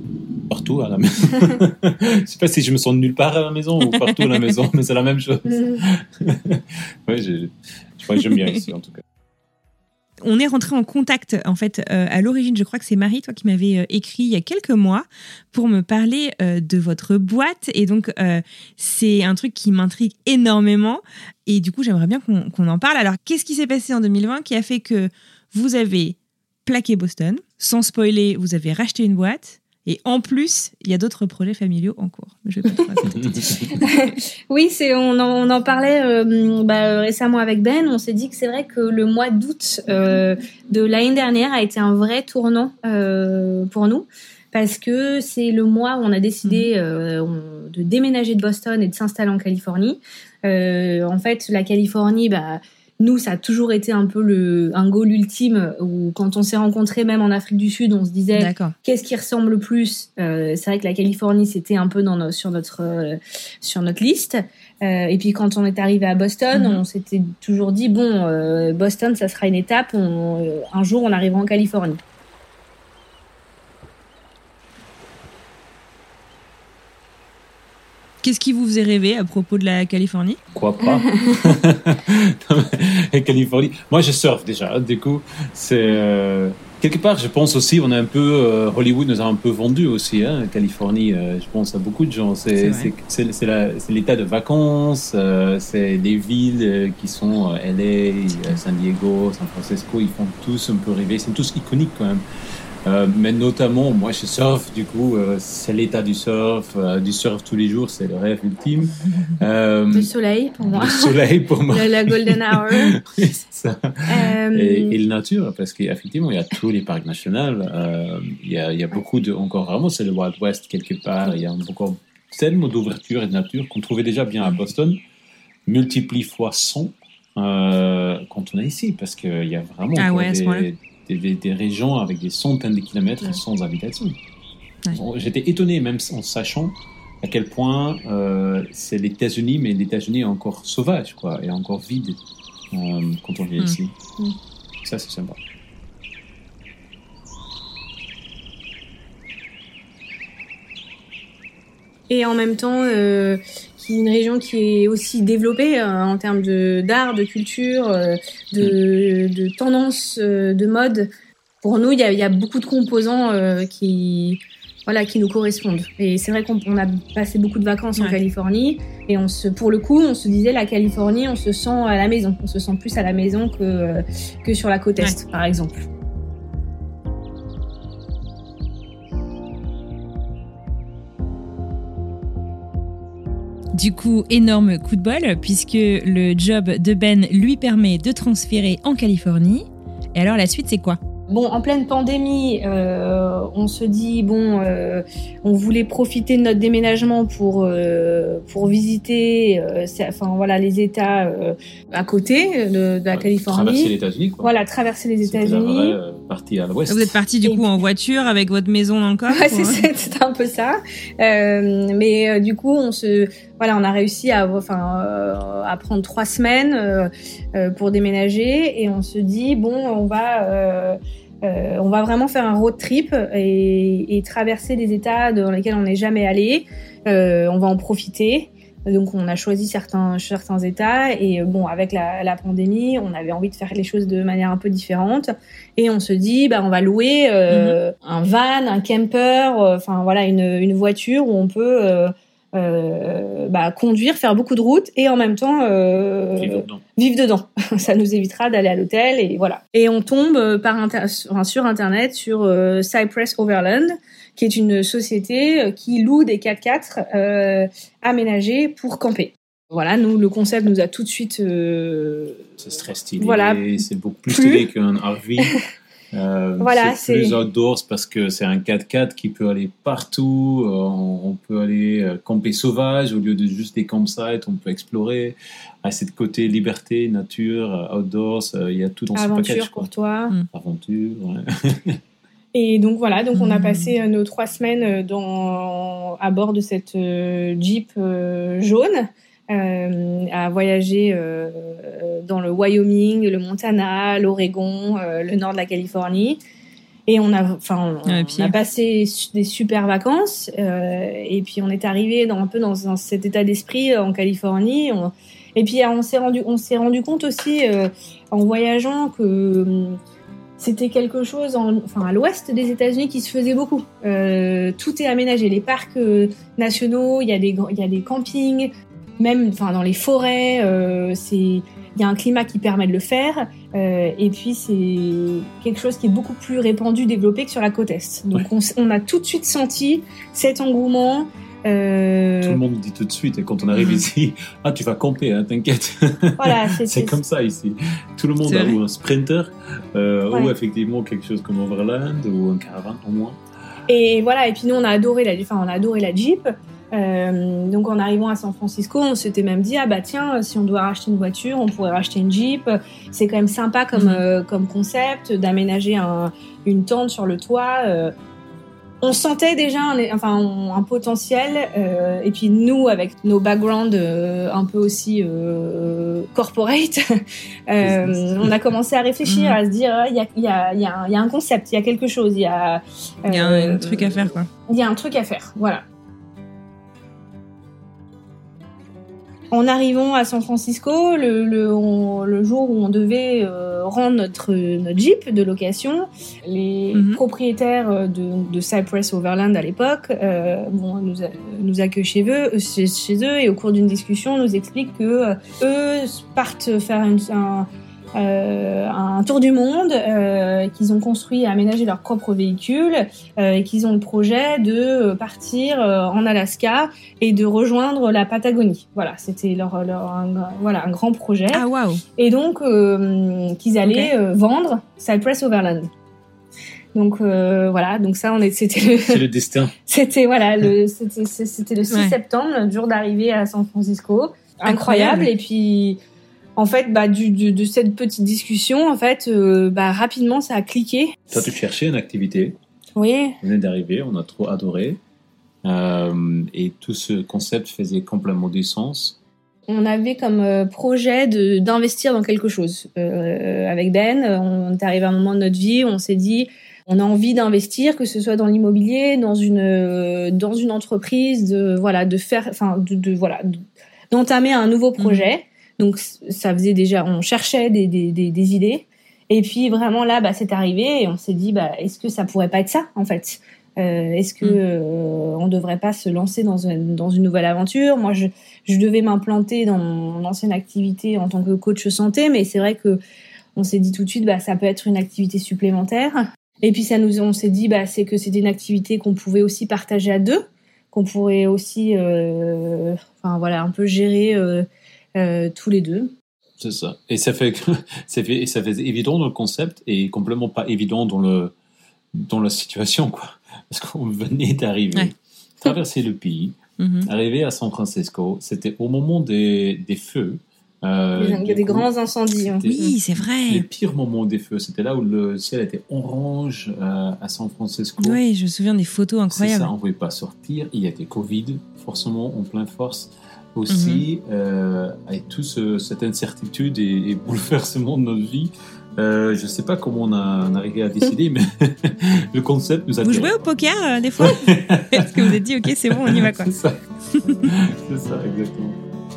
C: partout à la maison. Je sais pas si je me sens nulle part à la maison ou partout à la maison, mais c'est la même chose. Ouais, je, je crois que j'aime bien ici en tout cas.
D: On est rentré en contact, en fait, euh, à l'origine, je crois que c'est Marie, toi, qui m'avait euh, écrit il y a quelques mois pour me parler euh, de votre boîte. Et donc, euh, c'est un truc qui m'intrigue énormément. Et du coup, j'aimerais bien qu'on, qu'on en parle. Alors, qu'est-ce qui s'est passé en deux mille vingt qui a fait que vous avez plaqué Boston? Sans spoiler, vous avez racheté une boîte. Et en plus, il y a d'autres projets familiaux en cours. Je vais pas trop
F: Oui, c'est, on, en, on en parlait euh, bah, récemment avec Ben. On s'est dit que c'est vrai que le mois d'août euh, de l'année dernière a été un vrai tournant euh, pour nous. Parce que c'est le mois où on a décidé euh, on, de déménager de Boston et de s'installer en Californie. Euh, en fait, la Californie... Bah, nous, ça a toujours été un peu le, un goal ultime où quand on s'est rencontrés, même en Afrique du Sud, on se disait D'accord. qu'est-ce qui ressemble le plus. Euh, c'est vrai que la Californie, c'était un peu dans nos, sur, notre, euh, sur notre liste. Euh, et puis quand on est arrivé à Boston, mm-hmm. on s'était toujours dit, bon, euh, Boston, ça sera une étape. On, euh, un jour, on arrivera en Californie.
D: Qu'est-ce qui vous faisait rêver à propos de la Californie?
C: Quoi pas? La Californie. Moi, je surfe déjà. Du coup, c'est euh, quelque part. Je pense aussi, on a un peu euh, Hollywood nous a un peu vendu aussi. Hein, Californie. Euh, je pense à beaucoup de gens. C'est c'est, c'est, c'est, la, c'est l'état de vacances. Euh, c'est des villes qui sont euh, L A, San Diego, San Francisco. Ils font tous un peu rêver. C'est tous iconiques quand même. Euh, mais notamment, moi je surfe, du coup, euh, c'est l'état du surf, euh, du surf tous les jours, c'est le rêve ultime.
F: Euh, le soleil pour moi.
C: Le soleil pour moi.
F: la, la golden hour.
C: Oui, c'est ça. Euh... Et, et la nature, parce qu'effectivement, il y a tous les parcs nationaux, euh, il, y a, il y a beaucoup de, encore vraiment, c'est le Wild West quelque part, il y a encore tellement d'ouverture et de nature qu'on trouvait déjà bien à Boston, multiplie fois cent euh, quand on est ici, parce qu'il y a vraiment
D: ah ouais,
C: des... Des, des, des régions avec des centaines de kilomètres ouais. sans habitation. Ouais. J'étais étonné, même en sachant à quel point euh, c'est les États-Unis, mais les États-Unis est encore sauvage, quoi, et encore vide euh, quand on vient mmh. ici. Mmh. Ça, c'est sympa.
F: Et en même temps, euh, qui est une région qui est aussi développée euh, en termes de, d'art, de culture, euh, de, de tendance, euh, de mode. Pour nous, il y a, y a beaucoup de composants euh, qui, voilà, qui nous correspondent. Et c'est vrai qu'on on a passé beaucoup de vacances ouais. en Californie. Et on se, pour le coup, on se disait, la Californie, on se sent à la maison. On se sent plus à la maison que, euh, que sur la côte Est, ouais. par exemple.
D: Du coup, énorme coup de bol, puisque le job de Ben lui permet de transférer en Californie. Et alors, la suite, c'est quoi ?
F: Bon, en pleine pandémie, euh, on se dit, bon, euh, on voulait profiter de notre déménagement pour, euh, pour visiter euh, enfin, voilà, les États euh, à côté de, de la
C: ouais,
F: Californie.
C: Traverser les États-Unis, quoi.
F: Voilà, traverser les
C: C'était
F: États-Unis.
C: la vraie euh, partie à l'ouest.
D: Vous êtes parti du Et coup puis... en voiture avec votre maison dans le coffre?
F: Ouais, c'est, c'est, c'est un peu ça. Euh, mais euh, du coup, on se... Voilà, on a réussi à, enfin, euh, à prendre trois semaines euh, euh, pour déménager et on se dit, bon, on va... Euh, Euh, on va vraiment faire un road trip et, et traverser des États dans lesquels on n'est jamais allé. Euh, on va en profiter. Donc, on a choisi certains, certains États. Et bon, avec la, la pandémie, on avait envie de faire les choses de manière un peu différente. Et on se dit, bah, on va louer euh, mm-hmm. un van, un camper, enfin euh, voilà, une, une voiture où on peut euh, euh, bah, conduire, faire beaucoup de routes et en même temps euh,
C: vivre dedans.
F: Vivre dedans. Ça nous évitera d'aller à l'hôtel et voilà. Et on tombe par inter- sur internet sur euh, Cypress Overland, qui est une société qui loue des quatre-quatre euh, aménagés pour camper. Voilà, nous le concept nous a tout de suite. Euh,
C: c'est très stylé.
F: Voilà,
C: c'est beaucoup plus, plus stylé qu'un R V. Euh,
F: voilà,
C: c'est, c'est plus outdoors parce que c'est un quatre-quatre qui peut aller partout. Euh, on, on peut aller euh, camper sauvage au lieu de juste des campsites. On peut explorer. À cette côté liberté, nature, outdoors, il euh, y a tout dans
F: Aventure
C: ce package.
F: Aventure pour toi.
C: Mmh. Aventure, ouais.
F: Et donc voilà, donc on a passé euh, nos trois semaines dans, à bord de cette euh, Jeep euh, jaune. Euh, à voyager euh, dans le Wyoming, le Montana, l'Oregon, euh, le nord de la Californie. Et on a, enfin, on,
D: ouais,
F: on a passé des super vacances. Euh, et puis on est arrivé dans un peu dans, dans cet état d'esprit en Californie. On, et puis on s'est rendu, on s'est rendu compte aussi euh, en voyageant que euh, c'était quelque chose, en, enfin à l'ouest des États-Unis, qui se faisait beaucoup. Euh, tout est aménagé, les parcs euh, nationaux, il y a des, il y a des campings, même, enfin dans les forêts. Euh, c'est, il y a un climat qui permet de le faire. Euh, et puis c'est quelque chose qui est beaucoup plus répandu, développé que sur la côte est. Donc on, on a tout de suite senti cet engouement. Euh...
C: Tout le monde dit tout de suite, et quand on arrive mmh. ici, ah tu vas camper, hein, t'inquiète.
F: Voilà, c'est,
C: c'est comme ça ici. Tout le monde
D: c'est
C: a
D: vrai.
C: ou un sprinter, euh,
F: ouais.
C: ou effectivement quelque chose comme Overland ou un caravane au moins.
F: Et voilà, et puis nous on a adoré la, enfin on a adoré la Jeep. Euh, donc en arrivant à San Francisco, on s'était même dit ah bah tiens, si on doit racheter une voiture, on pourrait racheter une Jeep. C'est quand même sympa comme mmh. euh, comme concept d'aménager un, une tente sur le toit. Euh, On sentait déjà un, enfin, un potentiel, euh, et puis nous, avec nos backgrounds euh, un peu aussi euh, corporate, euh, on a commencé à réfléchir, mmh. à se dire, il y a, y, a, y, a, y a un concept, il y a quelque chose, il y a...
D: Il euh, y a un, un truc à faire, quoi.
F: Il y a un truc à faire, voilà. En arrivant à San Francisco, le, le, on, le jour où on devait euh, rendre notre, notre Jeep de location, les mm-hmm. propriétaires de, de Cypress Overland à l'époque euh, bon, nous, nous accueillent chez eux, chez, chez eux et au cours d'une discussion, nous expliquent que euh, eux partent faire une, un, euh, un tour du monde, euh, qu'ils ont construit et aménagé leur propre véhicule, euh, et qu'ils ont le projet de partir euh, en Alaska et de rejoindre la Patagonie. Voilà, c'était leur, leur un, voilà un grand projet.
D: Ah waouh.
F: Et donc euh, qu'ils allaient okay. euh, vendre Cypress Overland. Donc euh, voilà, donc ça on est, c'était le,
C: c'est le destin.
F: C'était voilà le, c'était, c'était le six ouais. septembre, le jour d'arrivée à San Francisco. Incroyable. Incroyable. Et puis en fait, bah, du, du, de cette petite discussion, en fait, euh, bah, rapidement, ça a cliqué.
C: Toi, tu cherchais une activité.
F: Oui.
C: On venait d'arriver, on a trop adoré. Euh, et tout ce concept faisait complètement du sens.
F: On avait comme euh, projet de, d'investir dans quelque chose. Euh, avec Ben, on est arrivé à un moment de notre vie où on s'est dit, on a envie d'investir, que ce soit dans l'immobilier, dans une, euh, dans une entreprise, de, voilà, de faire, enfin, de, de, voilà, de, d'entamer un nouveau projet. Mmh. Donc ça faisait déjà, on cherchait des, des, des, des idées, et puis vraiment là, bah c'est arrivé et on s'est dit, bah est-ce que ça pourrait pas être ça en fait, euh, est-ce que mmh. euh, on devrait pas se lancer dans une dans une nouvelle aventure. Moi, je je devais m'implanter dans mon ancienne activité en tant que coach santé, mais c'est vrai que on s'est dit tout de suite, bah ça peut être une activité supplémentaire. Et puis ça nous, on s'est dit, bah c'est que c'était une activité qu'on pouvait aussi partager à deux, qu'on pourrait aussi, euh, enfin voilà, un peu gérer. Euh, Euh, tous les deux.
C: C'est ça. Et ça fait, ça fait, ça fait évident dans le concept et complètement pas évident dans le, dans la situation, quoi. Parce qu'on venait d'arriver, ouais. traverser le pays, mm-hmm. arriver à San Francisco. C'était au moment des, des feux.
F: Euh, il y a des coup, grands incendies.
D: Oui, c'est vrai.
C: Les pires moments des feux, c'était là où le ciel était orange euh, à San Francisco.
D: Oui, je me souviens des photos incroyables.
C: C'est ça, on ne pouvait pas sortir. Il y avait Covid, forcément, en pleine force. Aussi, mm-hmm. euh, avec toute ce, cette incertitude et, et bouleversement de notre vie, euh, je ne sais pas comment on a, on a arrivé à décider, mais le concept nous a...
D: Vous jouez au poker euh, des fois? Est-ce que vous êtes dit, ok, c'est bon, on y va, quoi.
C: C'est ça, c'est ça, exactement.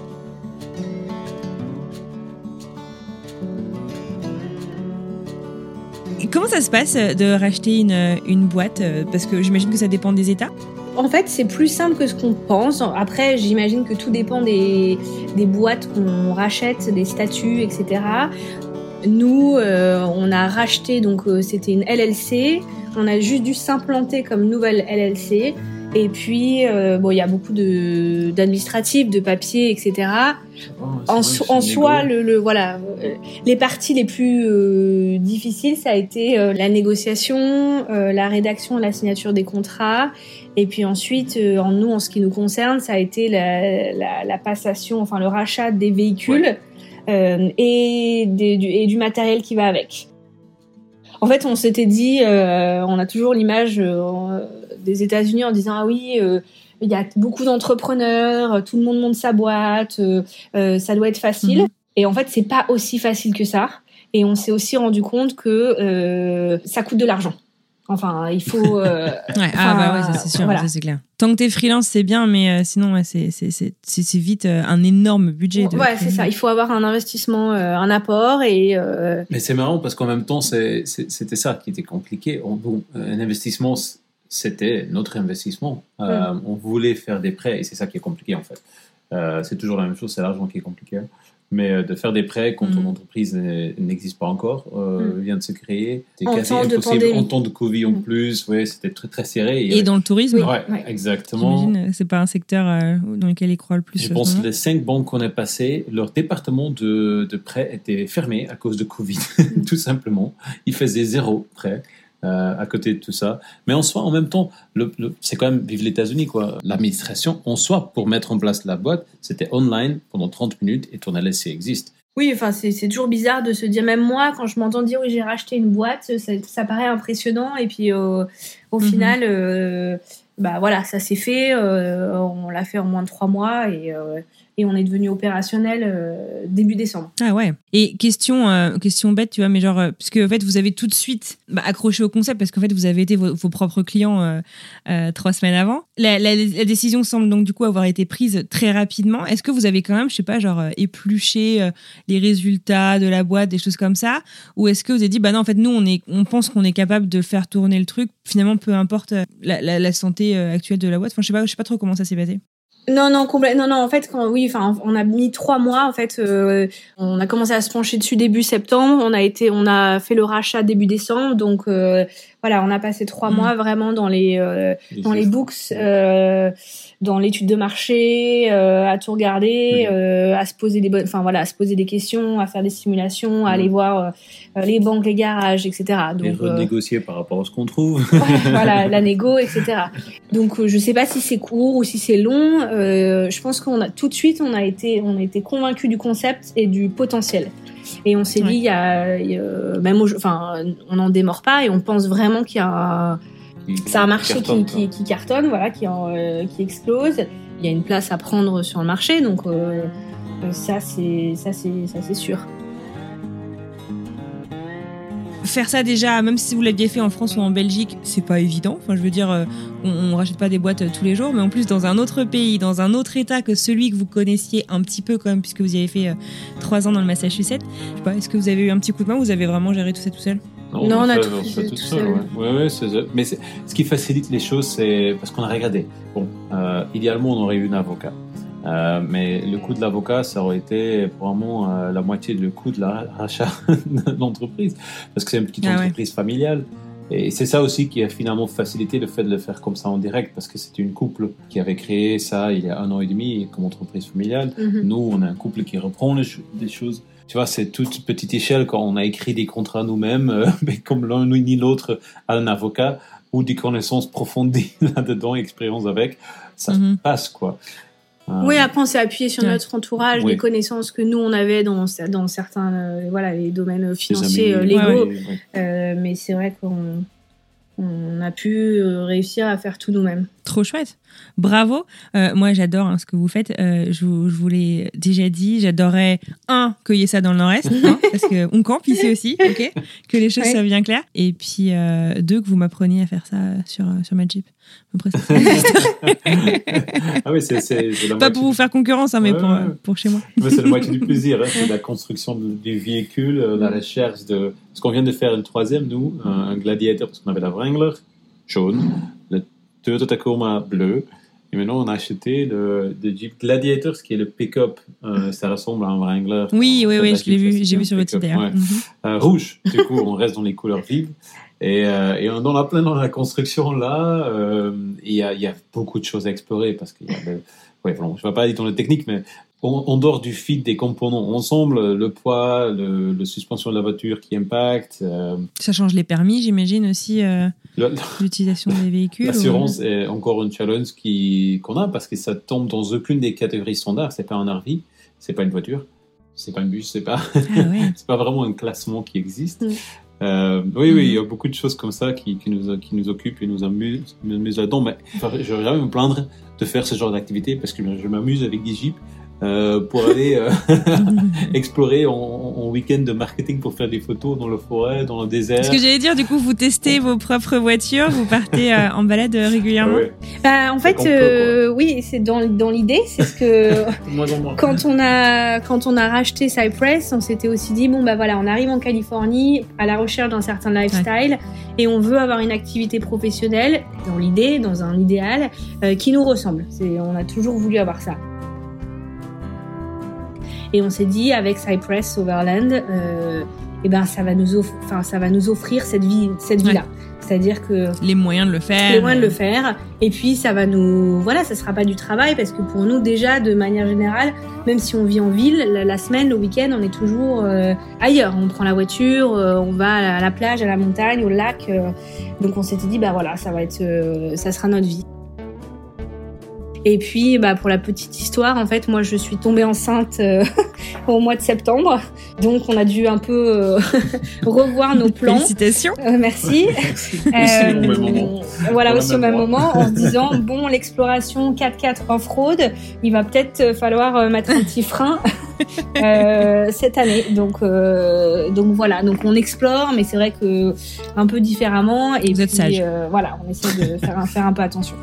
D: Comment ça se passe de racheter une, une boîte? Parce que j'imagine que ça dépend des États.
F: En fait, c'est plus simple que ce qu'on pense. Après, j'imagine que tout dépend des, des boîtes qu'on rachète, des statuts, et cetera. Nous, euh, on a racheté, donc euh, c'était une L L C. On a juste dû s'implanter comme nouvelle L L C. Et puis, euh, bon, il y a beaucoup de d'administratifs, de papiers, et cetera. Oh, en so, en soi, le, le voilà, euh, les parties les plus euh, difficiles, ça a été euh, la négociation, euh, la rédaction, la signature des contrats. Et puis ensuite, euh, en nous, en ce qui nous concerne, ça a été la, la, la passation, enfin le rachat des véhicules, ouais. euh, et, des, du, et du matériel qui va avec. En fait, on s'était dit, euh, on a toujours l'image euh, des États-Unis en disant ah oui, euh, il y a beaucoup d'entrepreneurs, tout le monde monte sa boîte, euh, euh, ça doit être facile. Mmh. Et en fait, c'est pas aussi facile que ça. Et on s'est aussi rendu compte que euh, ça coûte de l'argent. Enfin, il faut. Euh,
D: ouais, ah bah ouais, ça c'est sûr, voilà. Ça c'est clair. Tant que t'es freelance, c'est bien, mais euh, sinon, ouais, c'est, c'est, c'est, c'est, c'est vite euh, un énorme budget. De
F: ouais, c'est ça. Il faut avoir un investissement, euh, un apport et. Euh...
C: Mais c'est marrant parce qu'en même temps, c'est, c'est, c'était ça qui était compliqué. On, bon, un investissement, c'était notre investissement. Euh, mm. On voulait faire des prêts et c'est ça qui est compliqué en fait. Euh, c'est toujours la même chose, c'est l'argent qui est compliqué. Mais euh, de faire des prêts quand mmh. ton entreprise n'existe pas encore, euh, mmh. vient de se créer, c'est
F: en
C: quasi impossible. En temps de Covid en mmh. plus, ouais, c'était très, très serré.
D: Et, et dans le tourisme,
C: oui. ouais, ouais. exactement.
D: J'imagine, c'est pas un secteur euh, dans lequel ils croient le plus.
C: Je pense que les cinq banques qu'on a passées, leur département de, de prêts était fermé à cause de Covid, mmh. tout simplement. Ils faisaient zéro prêt. Euh, à côté de tout ça. Mais en soi, en même temps, le, le, c'est quand même, vive les États-Unis, quoi. L'administration, en soi, pour mettre en place la boîte, c'était online pendant trente minutes et ton L S C existe.
F: Oui, enfin, c'est, c'est toujours bizarre de se dire, même moi, quand je m'entends dire, oui, j'ai racheté une boîte, ça, ça paraît impressionnant. Et puis, euh, au mm-hmm. final, euh, bah voilà, ça s'est fait. Euh, on l'a fait en moins de trois mois et... Euh, Et on est devenu opérationnel euh, début décembre.
D: Ah ouais. Et question, euh, question bête, tu vois, mais genre, euh, puisque en fait, vous avez tout de suite bah, accroché au concept parce qu'en fait, vous avez été vos, vos propres clients euh, euh, trois semaines avant. La, la, la décision semble donc du coup avoir été prise très rapidement. Est-ce que vous avez quand même, je sais pas, genre euh, épluché euh, les résultats de la boîte, des choses comme ça, ou est-ce que vous avez dit, bah non, en fait, nous, on est, on pense qu'on est capable de faire tourner le truc. Finalement, peu importe euh, la, la, la santé euh, actuelle de la boîte. Enfin, je sais pas, je sais pas trop comment ça s'est passé.
F: Non, non, complètement. Non, non. En fait, quand oui, enfin, on a mis trois mois. En fait, euh, on a commencé à se pencher dessus début septembre. On a été, on a fait le rachat début décembre. Donc euh, voilà, on a passé trois mmh. mois vraiment dans les euh, dans les books, euh, dans l'étude de marché, euh, à tout regarder, mmh. euh, à se poser des bonnes, enfin voilà, à se poser des questions, à faire des simulations, mmh. à aller voir euh, les banques, les garages, et cetera. Donc,
C: et renégocier euh, par rapport à ce qu'on trouve.
F: Voilà, la négo, et cetera. Donc euh, je sais pas si c'est court ou si c'est long. Euh, je pense qu'on a tout de suite, on a été, on a été convaincus du concept et du potentiel. Et on s'est ouais. dit, il y a, il y a même, au, enfin, on n'en démord pas et on pense vraiment qu'il y a, c'est un marché cartonne, qui, qui, qui cartonne, voilà, qui, en, euh, qui explose. Il y a une place à prendre sur le marché, donc euh, ça, c'est, ça, c'est, ça, c'est sûr.
D: Faire ça déjà, même si vous l'aviez fait en France ou en Belgique, c'est pas évident. Enfin, je veux dire, on, on rachète pas des boîtes tous les jours, mais en plus dans un autre pays, dans un autre État que celui que vous connaissiez un petit peu quand même, puisque vous y avez fait euh, trois ans dans le Massachusetts. Je sais pas, est-ce que vous avez eu un petit coup de main ou vous avez vraiment géré tout ça tout seul ?
C: Non,
F: non, on,
C: on
F: a
C: fait,
F: tout,
C: on fait
F: tout,
C: tout
F: seul.
C: seul. Ouais. Ouais, ouais, c'est, mais c'est, ce qui facilite les choses, c'est parce qu'on a regardé. Bon, euh, idéalement, on aurait eu un avocat. Euh, mais le coût de l'avocat, ça aurait été probablement euh, la moitié du coût de la rachat de l'entreprise, parce que c'est une petite ah entreprise ouais. familiale. Et c'est ça aussi qui a finalement facilité le fait de le faire comme ça en direct, parce que c'était une couple qui avait créé ça il y a un an et demi comme entreprise familiale. Mm-hmm. Nous, on a un couple qui reprend les ch- des choses. Tu vois, c'est toute petite échelle quand on a écrit des contrats nous-mêmes, euh, mais comme l'un ni l'autre a un avocat ou des connaissances profondes là-dedans, expérience avec, ça mm-hmm. passe, quoi.
F: Euh... Oui, après on s'est appuyé sur ouais. notre entourage, oui. les connaissances que nous on avait dans, dans certains euh, voilà, les domaines financiers, amis, légaux. Ouais, ouais, ouais. Euh, mais c'est vrai qu'on on a pu réussir à faire tout nous-mêmes.
D: Trop chouette. Bravo. Euh, moi, j'adore hein, ce que vous faites. Euh, je, vous, je vous l'ai déjà dit. J'adorerais, un, qu'il y ait ça dans le Nord-Est, hein, parce qu'on campe ici aussi, ok, que les choses ouais. soient bien claires. Et puis, euh, deux, que vous m'appreniez à faire ça sur, sur ma Jeep. Après, ça,
C: ah oui, c'est, c'est, c'est la
D: pas
C: moitié
D: pour vous faire concurrence, hein, mais ouais, pour, ouais. pour chez moi.
C: Mais c'est la moitié du plaisir. Hein, c'est la construction du véhicule, la recherche de... Parce qu'on vient de faire une troisième, nous, un Gladiator, parce qu'on avait la Wrangler jaune, le Toyota Tacoma bleu, et maintenant on a acheté le, le Jeep Gladiator, ce qui est le pick-up. Euh, ça ressemble à un Wrangler.
D: Oui, oui, oui, je l'ai vu, j'ai vu sur votre site d'ailleurs.
C: Ouais. Mm-hmm. Euh, rouge, du coup, on reste dans les couleurs vives. Et, euh, et on en a plein dans la construction là. Euh, il y a, il y a beaucoup de choses à explorer parce qu'il y a le, ouais, bon, je ne vais pas aller dans le technique, mais on, on dort du fit des composants ensemble, le poids, le, le suspension de la voiture qui impacte. Euh,
D: Ça change les permis, j'imagine aussi, euh, le, l'utilisation des véhicules.
C: L'assurance
D: ou...
C: est encore une challenge qui, qu'on a parce que ça tombe dans aucune des catégories standards. C'est pas un R V, c'est pas une voiture, c'est pas un bus, c'est pas, ah ouais. c'est pas vraiment un classement qui existe. Mm. Euh, oui, oui, il y a beaucoup de choses comme ça qui, qui, nous, qui nous occupent et nous amusent, nous amusent là-dedans. Mais enfin, je vais jamais me plaindre de faire ce genre d'activité parce que je m'amuse avec des Jeeps. euh, pour aller euh, explorer en, en week-end de marketing pour faire des photos dans la forêt, dans le désert.
D: Ce que j'allais dire, du coup, vous testez vos propres voitures, vous partez euh, en balade régulièrement.
C: Ouais.
F: Bah, en fait, euh, oui, c'est dans, dans l'idée, c'est ce que
C: moins en moins.
F: quand on a quand on a racheté Cypress, on s'était aussi dit bon bah voilà, on arrive en Californie à la recherche d'un certain lifestyle ouais. et on veut avoir une activité professionnelle dans l'idée, dans un idéal euh, qui nous ressemble. C'est, on a toujours voulu avoir ça. Et on s'est dit avec Cypress Overland, euh, eh ben ça va nous offrir, enfin ça va nous offrir cette vie, cette vie-là. Ouais. C'est-à-dire que
D: les moyens de le faire,
F: les moyens de le faire. Et puis ça va nous, voilà, ça sera pas du travail parce que pour nous déjà de manière générale, même si on vit en ville, la, la semaine, le week-end, on est toujours euh, ailleurs. On prend la voiture, euh, on va à la plage, à la montagne, au lac. Euh, donc on s'était dit bah voilà, ça va être, euh, ça sera notre vie. Et puis, bah, pour la petite histoire, en fait, moi, je suis tombée enceinte euh, au mois de septembre. Donc, on a dû un peu euh, revoir nos plans.
D: Félicitations.
F: Euh, merci.
C: euh, au même moment.
F: Voilà, aussi au même moment, en se disant, bon, l'exploration quatre quatre off-road, il va peut-être falloir mettre un petit frein euh, cette année. Donc, euh, donc voilà. Donc, on explore, mais c'est vrai que un peu différemment. Et
D: Vous
F: puis,
D: êtes sage.
F: Euh, voilà, on essaie de faire un, faire un peu attention.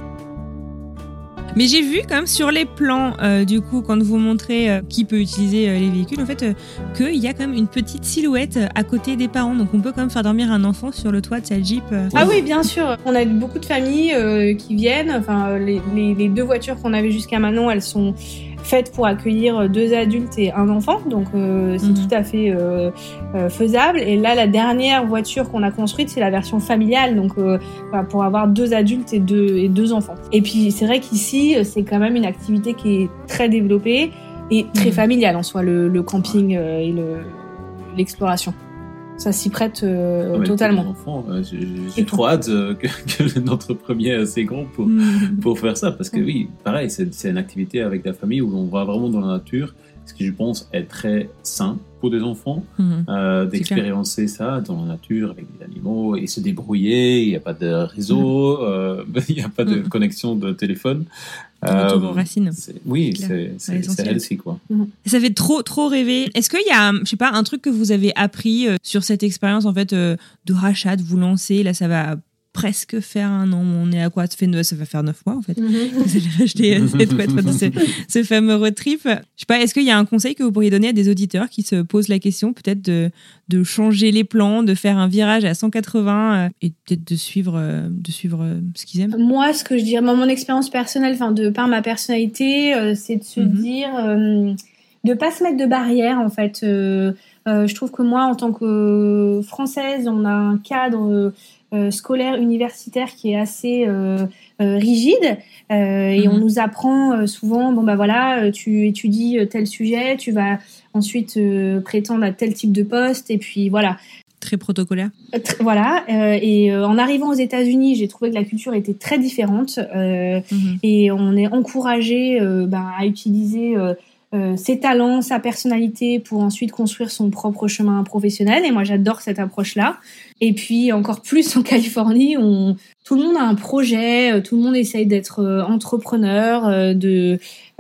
D: Mais j'ai vu quand même sur les plans, euh, du coup, quand vous montrez euh, qui peut utiliser euh, les véhicules, en fait, euh, qu'il y a quand même une petite silhouette euh, à côté des parents. Donc on peut quand même faire dormir un enfant sur le toit de sa Jeep. Euh.
F: Ah oui, bien sûr. On a beaucoup de familles euh, qui viennent. Enfin, les, les, les deux voitures qu'on avait jusqu'à maintenant, elles sont faites pour accueillir deux adultes et un enfant. Donc euh, c'est mmh. tout à fait euh, euh, faisable. Et là, la dernière voiture qu'on a construite, c'est la version familiale. Donc euh, voilà, pour avoir deux adultes et deux, et deux enfants. Et puis c'est vrai qu'ici, c'est quand même une activité qui est très développée et très mmh. familiale en soi, le, le camping euh, et le, l'exploration. Ça s'y prête euh, ah totalement.
C: Enfants, euh, j'ai, j'ai trop hâte euh, que, que notre premier est assez grand pour, mmh. pour faire ça. Parce que mmh. oui, pareil, c'est, c'est une activité avec la famille où on va vraiment dans la nature. Ce qui, je pense, est très sain pour des enfants, mmh. euh, d'expérimenter ça dans la nature avec des animaux et se débrouiller. Il n'y a pas de réseau, mmh. euh, il n'y a pas de mmh. connexion de téléphone.
D: Retour euh, aux racines.
C: C'est, oui, c'est, c'est, c'est healthy, quoi.
D: Mmh. Ça fait trop, trop rêver. Est-ce qu'il y a, je sais pas, un truc que vous avez appris euh, sur cette expérience, en fait, euh, de rachat, de vous lancer? Là, ça va presque faire un an. On est à quoi? Ça, fait, ça va faire neuf mois, en fait. Mmh. Vous allez racheter euh, cette voiture de ce, ce fameux road trip. Je sais pas, est-ce qu'il y a un conseil que vous pourriez donner à des auditeurs qui se posent la question, peut-être de, de changer les plans, de faire un virage à cent quatre-vingts euh, et peut-être de suivre, euh, de suivre euh, ce qu'ils aiment?
F: Moi, ce que je dirais, mon expérience personnelle, enfin, de par ma personnalité, euh, c'est de se mmh. dire, euh, de pas se mettre de barrières, en fait. Euh, euh, je trouve que moi, en tant que Française, on a un cadre Euh, scolaire universitaire qui est assez euh, euh, rigide euh, et mmh. on nous apprend euh, souvent bon bah voilà, tu étudies tel sujet, tu vas ensuite euh, prétendre à tel type de poste et puis voilà,
D: très protocolaire.
F: Euh, tr- voilà euh, et euh, en arrivant aux États-Unis, j'ai trouvé que la culture était très différente euh, mmh. et on est encouragé euh, bah, à utiliser euh, Euh, ses talents, sa personnalité pour ensuite construire son propre chemin professionnel. Et moi, j'adore cette approche-là. Et puis, encore plus en Californie, on, tout le monde a un projet, tout le monde essaye d'être entrepreneur, de,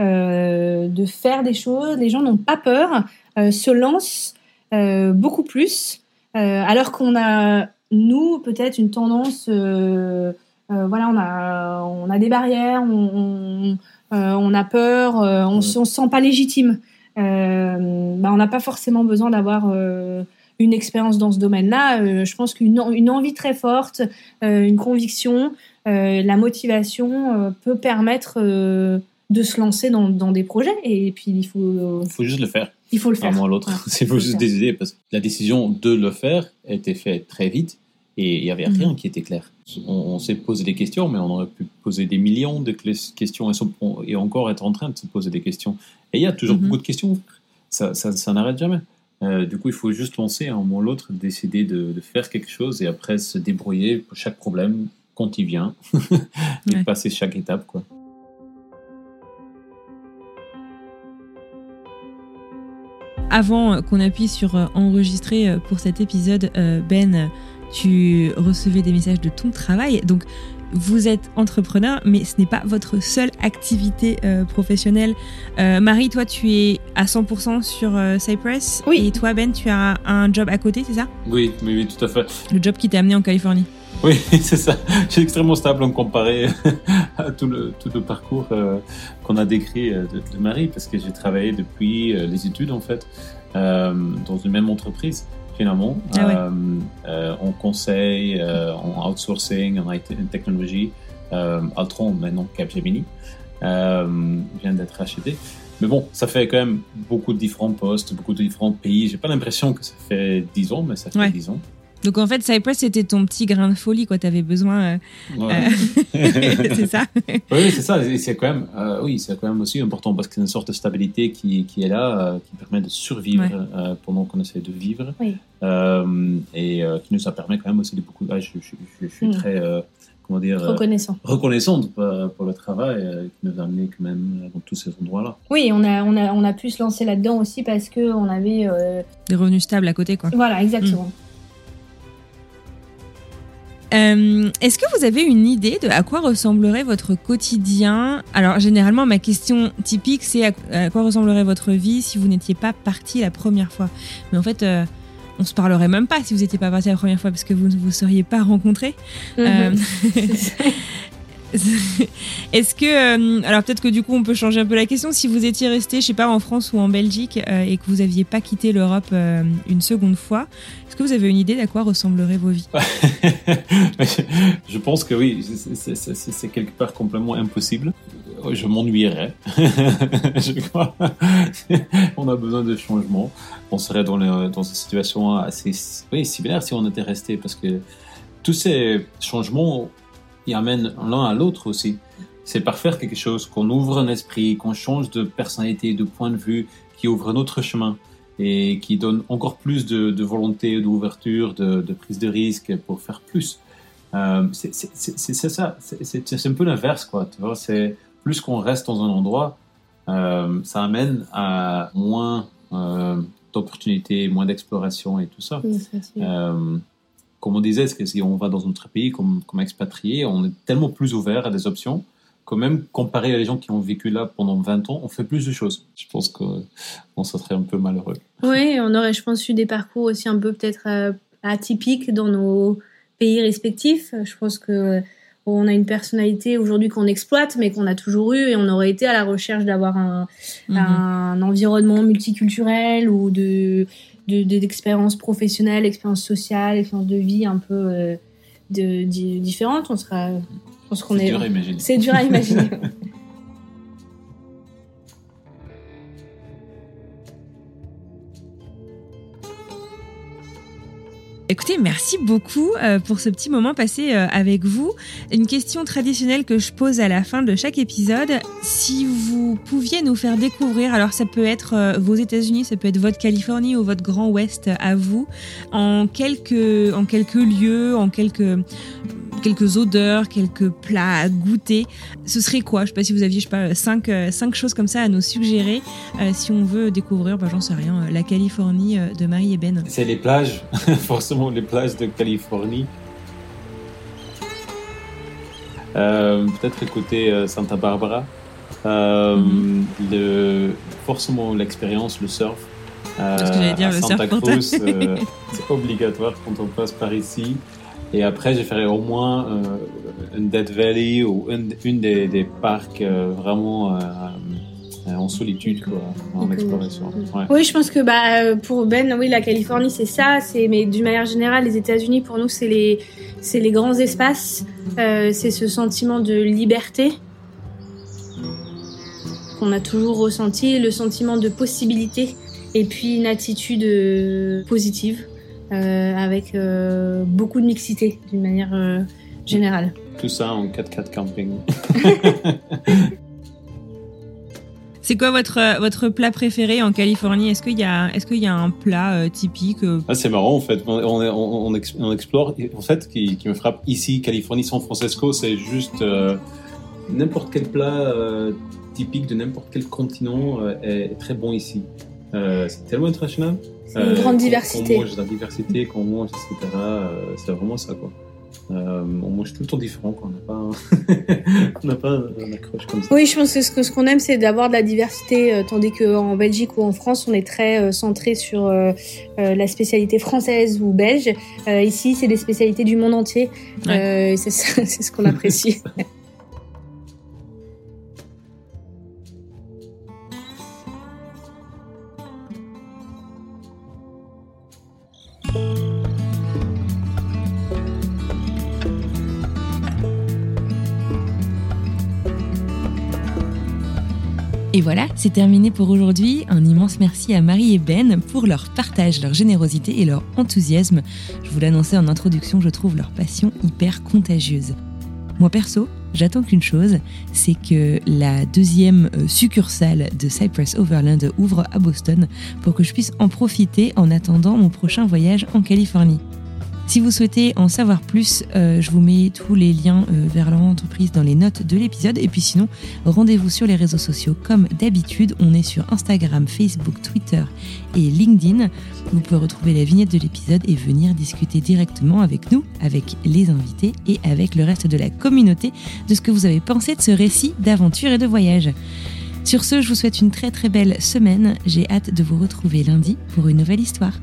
F: euh, de faire des choses. Les gens n'ont pas peur, euh, se lancent euh, beaucoup plus, euh, alors qu'on a, nous, peut-être une tendance... Euh, euh, voilà, on a, on a des barrières, on... on Euh, on a peur, euh, on ne se sent pas légitime. Euh, bah, on n'a pas forcément besoin d'avoir euh, une expérience dans ce domaine-là. Euh, je pense qu'une une envie très forte, euh, une conviction, euh, la motivation euh, peut permettre euh, de se lancer dans, dans des projets. Et puis, il faut... Euh,
C: il faut juste le faire.
F: Il faut le faire.
C: Un à l'autre. Ouais, il faut juste décider. Parce que la décision de le faire a été faite très vite. Et il n'y avait rien mmh. qui était clair. On, on s'est posé des questions, mais on aurait pu poser des millions de questions et, et encore être en train de se poser des questions. Et il y a toujours mmh. beaucoup de questions. Ça, ça, ça n'arrête jamais. Euh, du coup, il faut juste lancer un moment ou l'autre, décider de, de faire quelque chose et après se débrouiller pour chaque problème quand il vient et ouais. passer chaque étape, quoi.
D: Avant qu'on appuie sur enregistrer pour cet épisode, Ben, tu recevais des messages de ton travail. Donc, vous êtes entrepreneur, mais ce n'est pas votre seule activité euh, professionnelle. Euh, Marie, toi, tu es à cent pour cent sur euh, Cypress.
F: Oui.
D: Et toi, Ben, tu as un job à côté, c'est ça ?
C: Oui, oui, oui, tout à fait.
D: Le job qui t'a amené en Californie.
C: Oui, c'est ça. Je suis extrêmement stable en comparé à tout le, tout le parcours euh, qu'on a décrit euh, de, de Marie, parce que j'ai travaillé depuis euh, les études, en fait, euh, dans une même entreprise, finalement,
D: ah ouais.
C: euh, euh, en conseil, euh, en outsourcing, en, I T, en technologie, euh, Altron, maintenant Capgemini, euh, vient d'être racheté. Mais bon, ça fait quand même beaucoup de différents postes, beaucoup de différents pays. J'ai pas l'impression que ça fait dix ans, mais ça fait
D: ouais.
C: dix ans.
D: Donc en fait, Cypress, c'était ton petit grain de folie, quoi. T'avais besoin. Euh,
C: ouais.
D: euh... c'est ça.
C: Oui, c'est ça. C'est quand même, euh, oui, c'est quand même aussi important parce que c'est une sorte de stabilité qui, qui est là, euh, qui permet de survivre ouais. euh, pendant qu'on essaie de vivre,
F: oui.
C: euh, et euh, qui nous a permis quand même aussi de beaucoup. Ah, je, je, je, je suis mmh. très, euh, comment dire,
F: reconnaissant,
C: euh, reconnaissante pour, pour le travail euh, qui nous a amené quand même dans tous ces endroits-là.
F: Oui, on a, on a, on a pu se lancer là-dedans aussi parce que on avait euh...
D: des revenus stables à côté, quoi.
F: Voilà, exactement. Mmh.
D: Euh, est-ce que vous avez une idée de à quoi ressemblerait votre quotidien ? Alors, généralement, ma question typique, c'est à, à quoi ressemblerait votre vie si vous n'étiez pas parti la première fois ? Mais en fait, euh, on se parlerait même pas si vous n'étiez pas parti la première fois parce que vous ne vous seriez pas rencontrés. Mm-hmm. Euh, Est-ce que, euh, alors peut-être que du coup on peut changer un peu la question, si vous étiez resté, je sais pas, en France ou en Belgique euh, et que vous aviez pas quitté l'Europe euh, une seconde fois, est-ce que vous avez une idée d'à quoi ressembleraient vos vies ?
C: Je pense que oui, c'est, c'est, c'est, c'est quelque part complètement impossible. Je m'ennuierais. Je crois. On a besoin de changement. On serait dans, le, dans une situation assez oui, similaire si on était resté, parce que tous ces changements ils amènent l'un à l'autre aussi. C'est par faire quelque chose, qu'on ouvre un esprit, qu'on change de personnalité, de point de vue, qui ouvre notre chemin et qui donne encore plus de, de volonté, d'ouverture, de, de prise de risque pour faire plus. Euh, c'est, c'est, c'est, c'est ça, c'est, c'est, c'est un peu l'inverse, quoi. Tu vois, c'est plus qu'on reste dans un endroit, euh, ça amène à moins euh, d'opportunités, moins d'exploration et tout ça.
F: Oui, c'est sûr.
C: Euh, Comme on disait, c'est que si on va dans un autre pays comme, comme expatrié, on est tellement plus ouvert à des options que même comparé à les gens qui ont vécu là pendant vingt ans, on fait plus de choses. Je pense qu'on serait un peu malheureux.
F: Oui, on aurait, je pense, eu des parcours aussi un peu peut-être euh, atypiques dans nos pays respectifs. Je pense que on a une personnalité aujourd'hui qu'on exploite, mais qu'on a toujours eu, et on aurait été à la recherche d'avoir un, mm-hmm. un environnement multiculturel ou de... De, de, d'expériences professionnelles, expériences sociales, expériences de vie un peu euh, de, de, différentes. On sera, je pense qu'on
C: c'est
F: est,
C: dur à imaginer.
F: C'est dur à imaginer.
D: Écoutez, merci beaucoup euh, pour ce petit moment passé euh, avec vous. Une question traditionnelle que je pose à la fin de chaque épisode. Si vous pouviez nous faire découvrir, alors ça peut être euh, vos États-Unis, ça peut être votre Californie ou votre Grand Ouest à vous, en quelques, en quelques lieux, en quelques... quelques odeurs, quelques plats à goûter. Ce serait quoi ? Je sais pas si vous aviez, je sais pas, cinq, cinq choses comme ça à nous suggérer euh, si on veut découvrir, bah, j'en sais rien, la Californie de Marie et Ben.
C: C'est les plages, forcément les plages de Californie. Euh, peut-être côté euh, Santa Barbara. Euh, mm-hmm. le, forcément l'expérience, le surf. Euh,
D: C'est ce que j'allais dire,
C: à
D: le
C: Santa
D: surf.
C: Cruz, euh, c'est obligatoire quand on passe par ici. Et après, j'ai fait au moins euh, une Death Valley ou une, une des, des parcs euh, vraiment euh, euh, en solitude, quoi, en okay. exploration. Ouais.
F: Oui, je pense que bah, pour Ben, oui, la Californie, c'est ça. C'est, mais d'une manière générale, les États-Unis, pour nous, c'est les, c'est les grands espaces. Euh, c'est ce sentiment de liberté qu'on a toujours ressenti, le sentiment de possibilité et puis une attitude euh, positive. Euh, avec euh, beaucoup de mixité d'une manière euh, générale.
C: Tout ça en quatre-quatre camping.
D: C'est quoi votre, votre plat préféré en Californie ? Est-ce qu'il y a, est-ce qu'il y a un plat euh, typique euh...
C: ah, c'est marrant en fait, on, on, on, on explore. En fait, qui, qui me frappe ici, Californie, San Francisco, c'est juste euh, n'importe quel plat euh, typique de n'importe quel continent euh, est très bon ici. Euh, c'est tellement international.
F: C'est une euh, grande diversité.
C: Qu'on mange la diversité, qu'on mange, et cetera. Euh, c'est vraiment ça, quoi. Euh, on mange tout le temps différent, quoi. On n'a pas, on n'a pas une accroche comme ça.
F: Oui, je pense que ce, que ce qu'on aime, c'est d'avoir de la diversité, euh, tandis qu'en Belgique ou en France, on est très euh, centré sur euh, euh, la spécialité française ou belge. Euh, ici, c'est des spécialités du monde entier. Ouais. Euh, c'est, c'est ce qu'on apprécie.
G: Et voilà, c'est terminé pour aujourd'hui. Un immense merci à Marie et Ben pour leur partage, leur générosité et leur enthousiasme. Je vous l'annonçais en introduction, je trouve leur passion hyper contagieuse. Moi perso, j'attends qu'une chose, c'est que la deuxième succursale de Cypress Overland ouvre à Boston pour que je puisse en profiter en attendant mon prochain voyage en Californie. Si vous souhaitez en savoir plus, euh, je vous mets tous les liens euh, vers leur entreprise dans les notes de l'épisode. Et puis sinon, rendez-vous sur les réseaux sociaux comme d'habitude. On est sur Instagram, Facebook, Twitter et LinkedIn. Vous pouvez retrouver la vignette de l'épisode et venir discuter directement avec nous, avec les invités et avec le reste de la communauté de ce que vous avez pensé de ce récit d'aventure et de voyage. Sur ce, je vous souhaite une très très belle semaine. J'ai hâte de vous retrouver lundi pour une nouvelle histoire.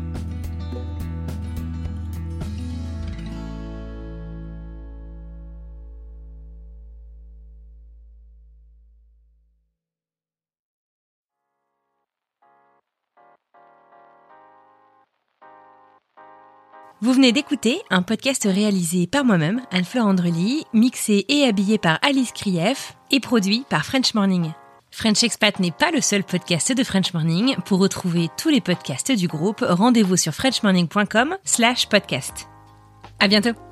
G: Vous venez d'écouter un podcast réalisé par moi-même, Anne-Fleur Andrely, mixé et habillé par Alice Krief et produit par French Morning. French Expat n'est pas le seul podcast de French Morning. Pour retrouver tous les podcasts du groupe, rendez-vous sur french morning point com slash podcast. À bientôt.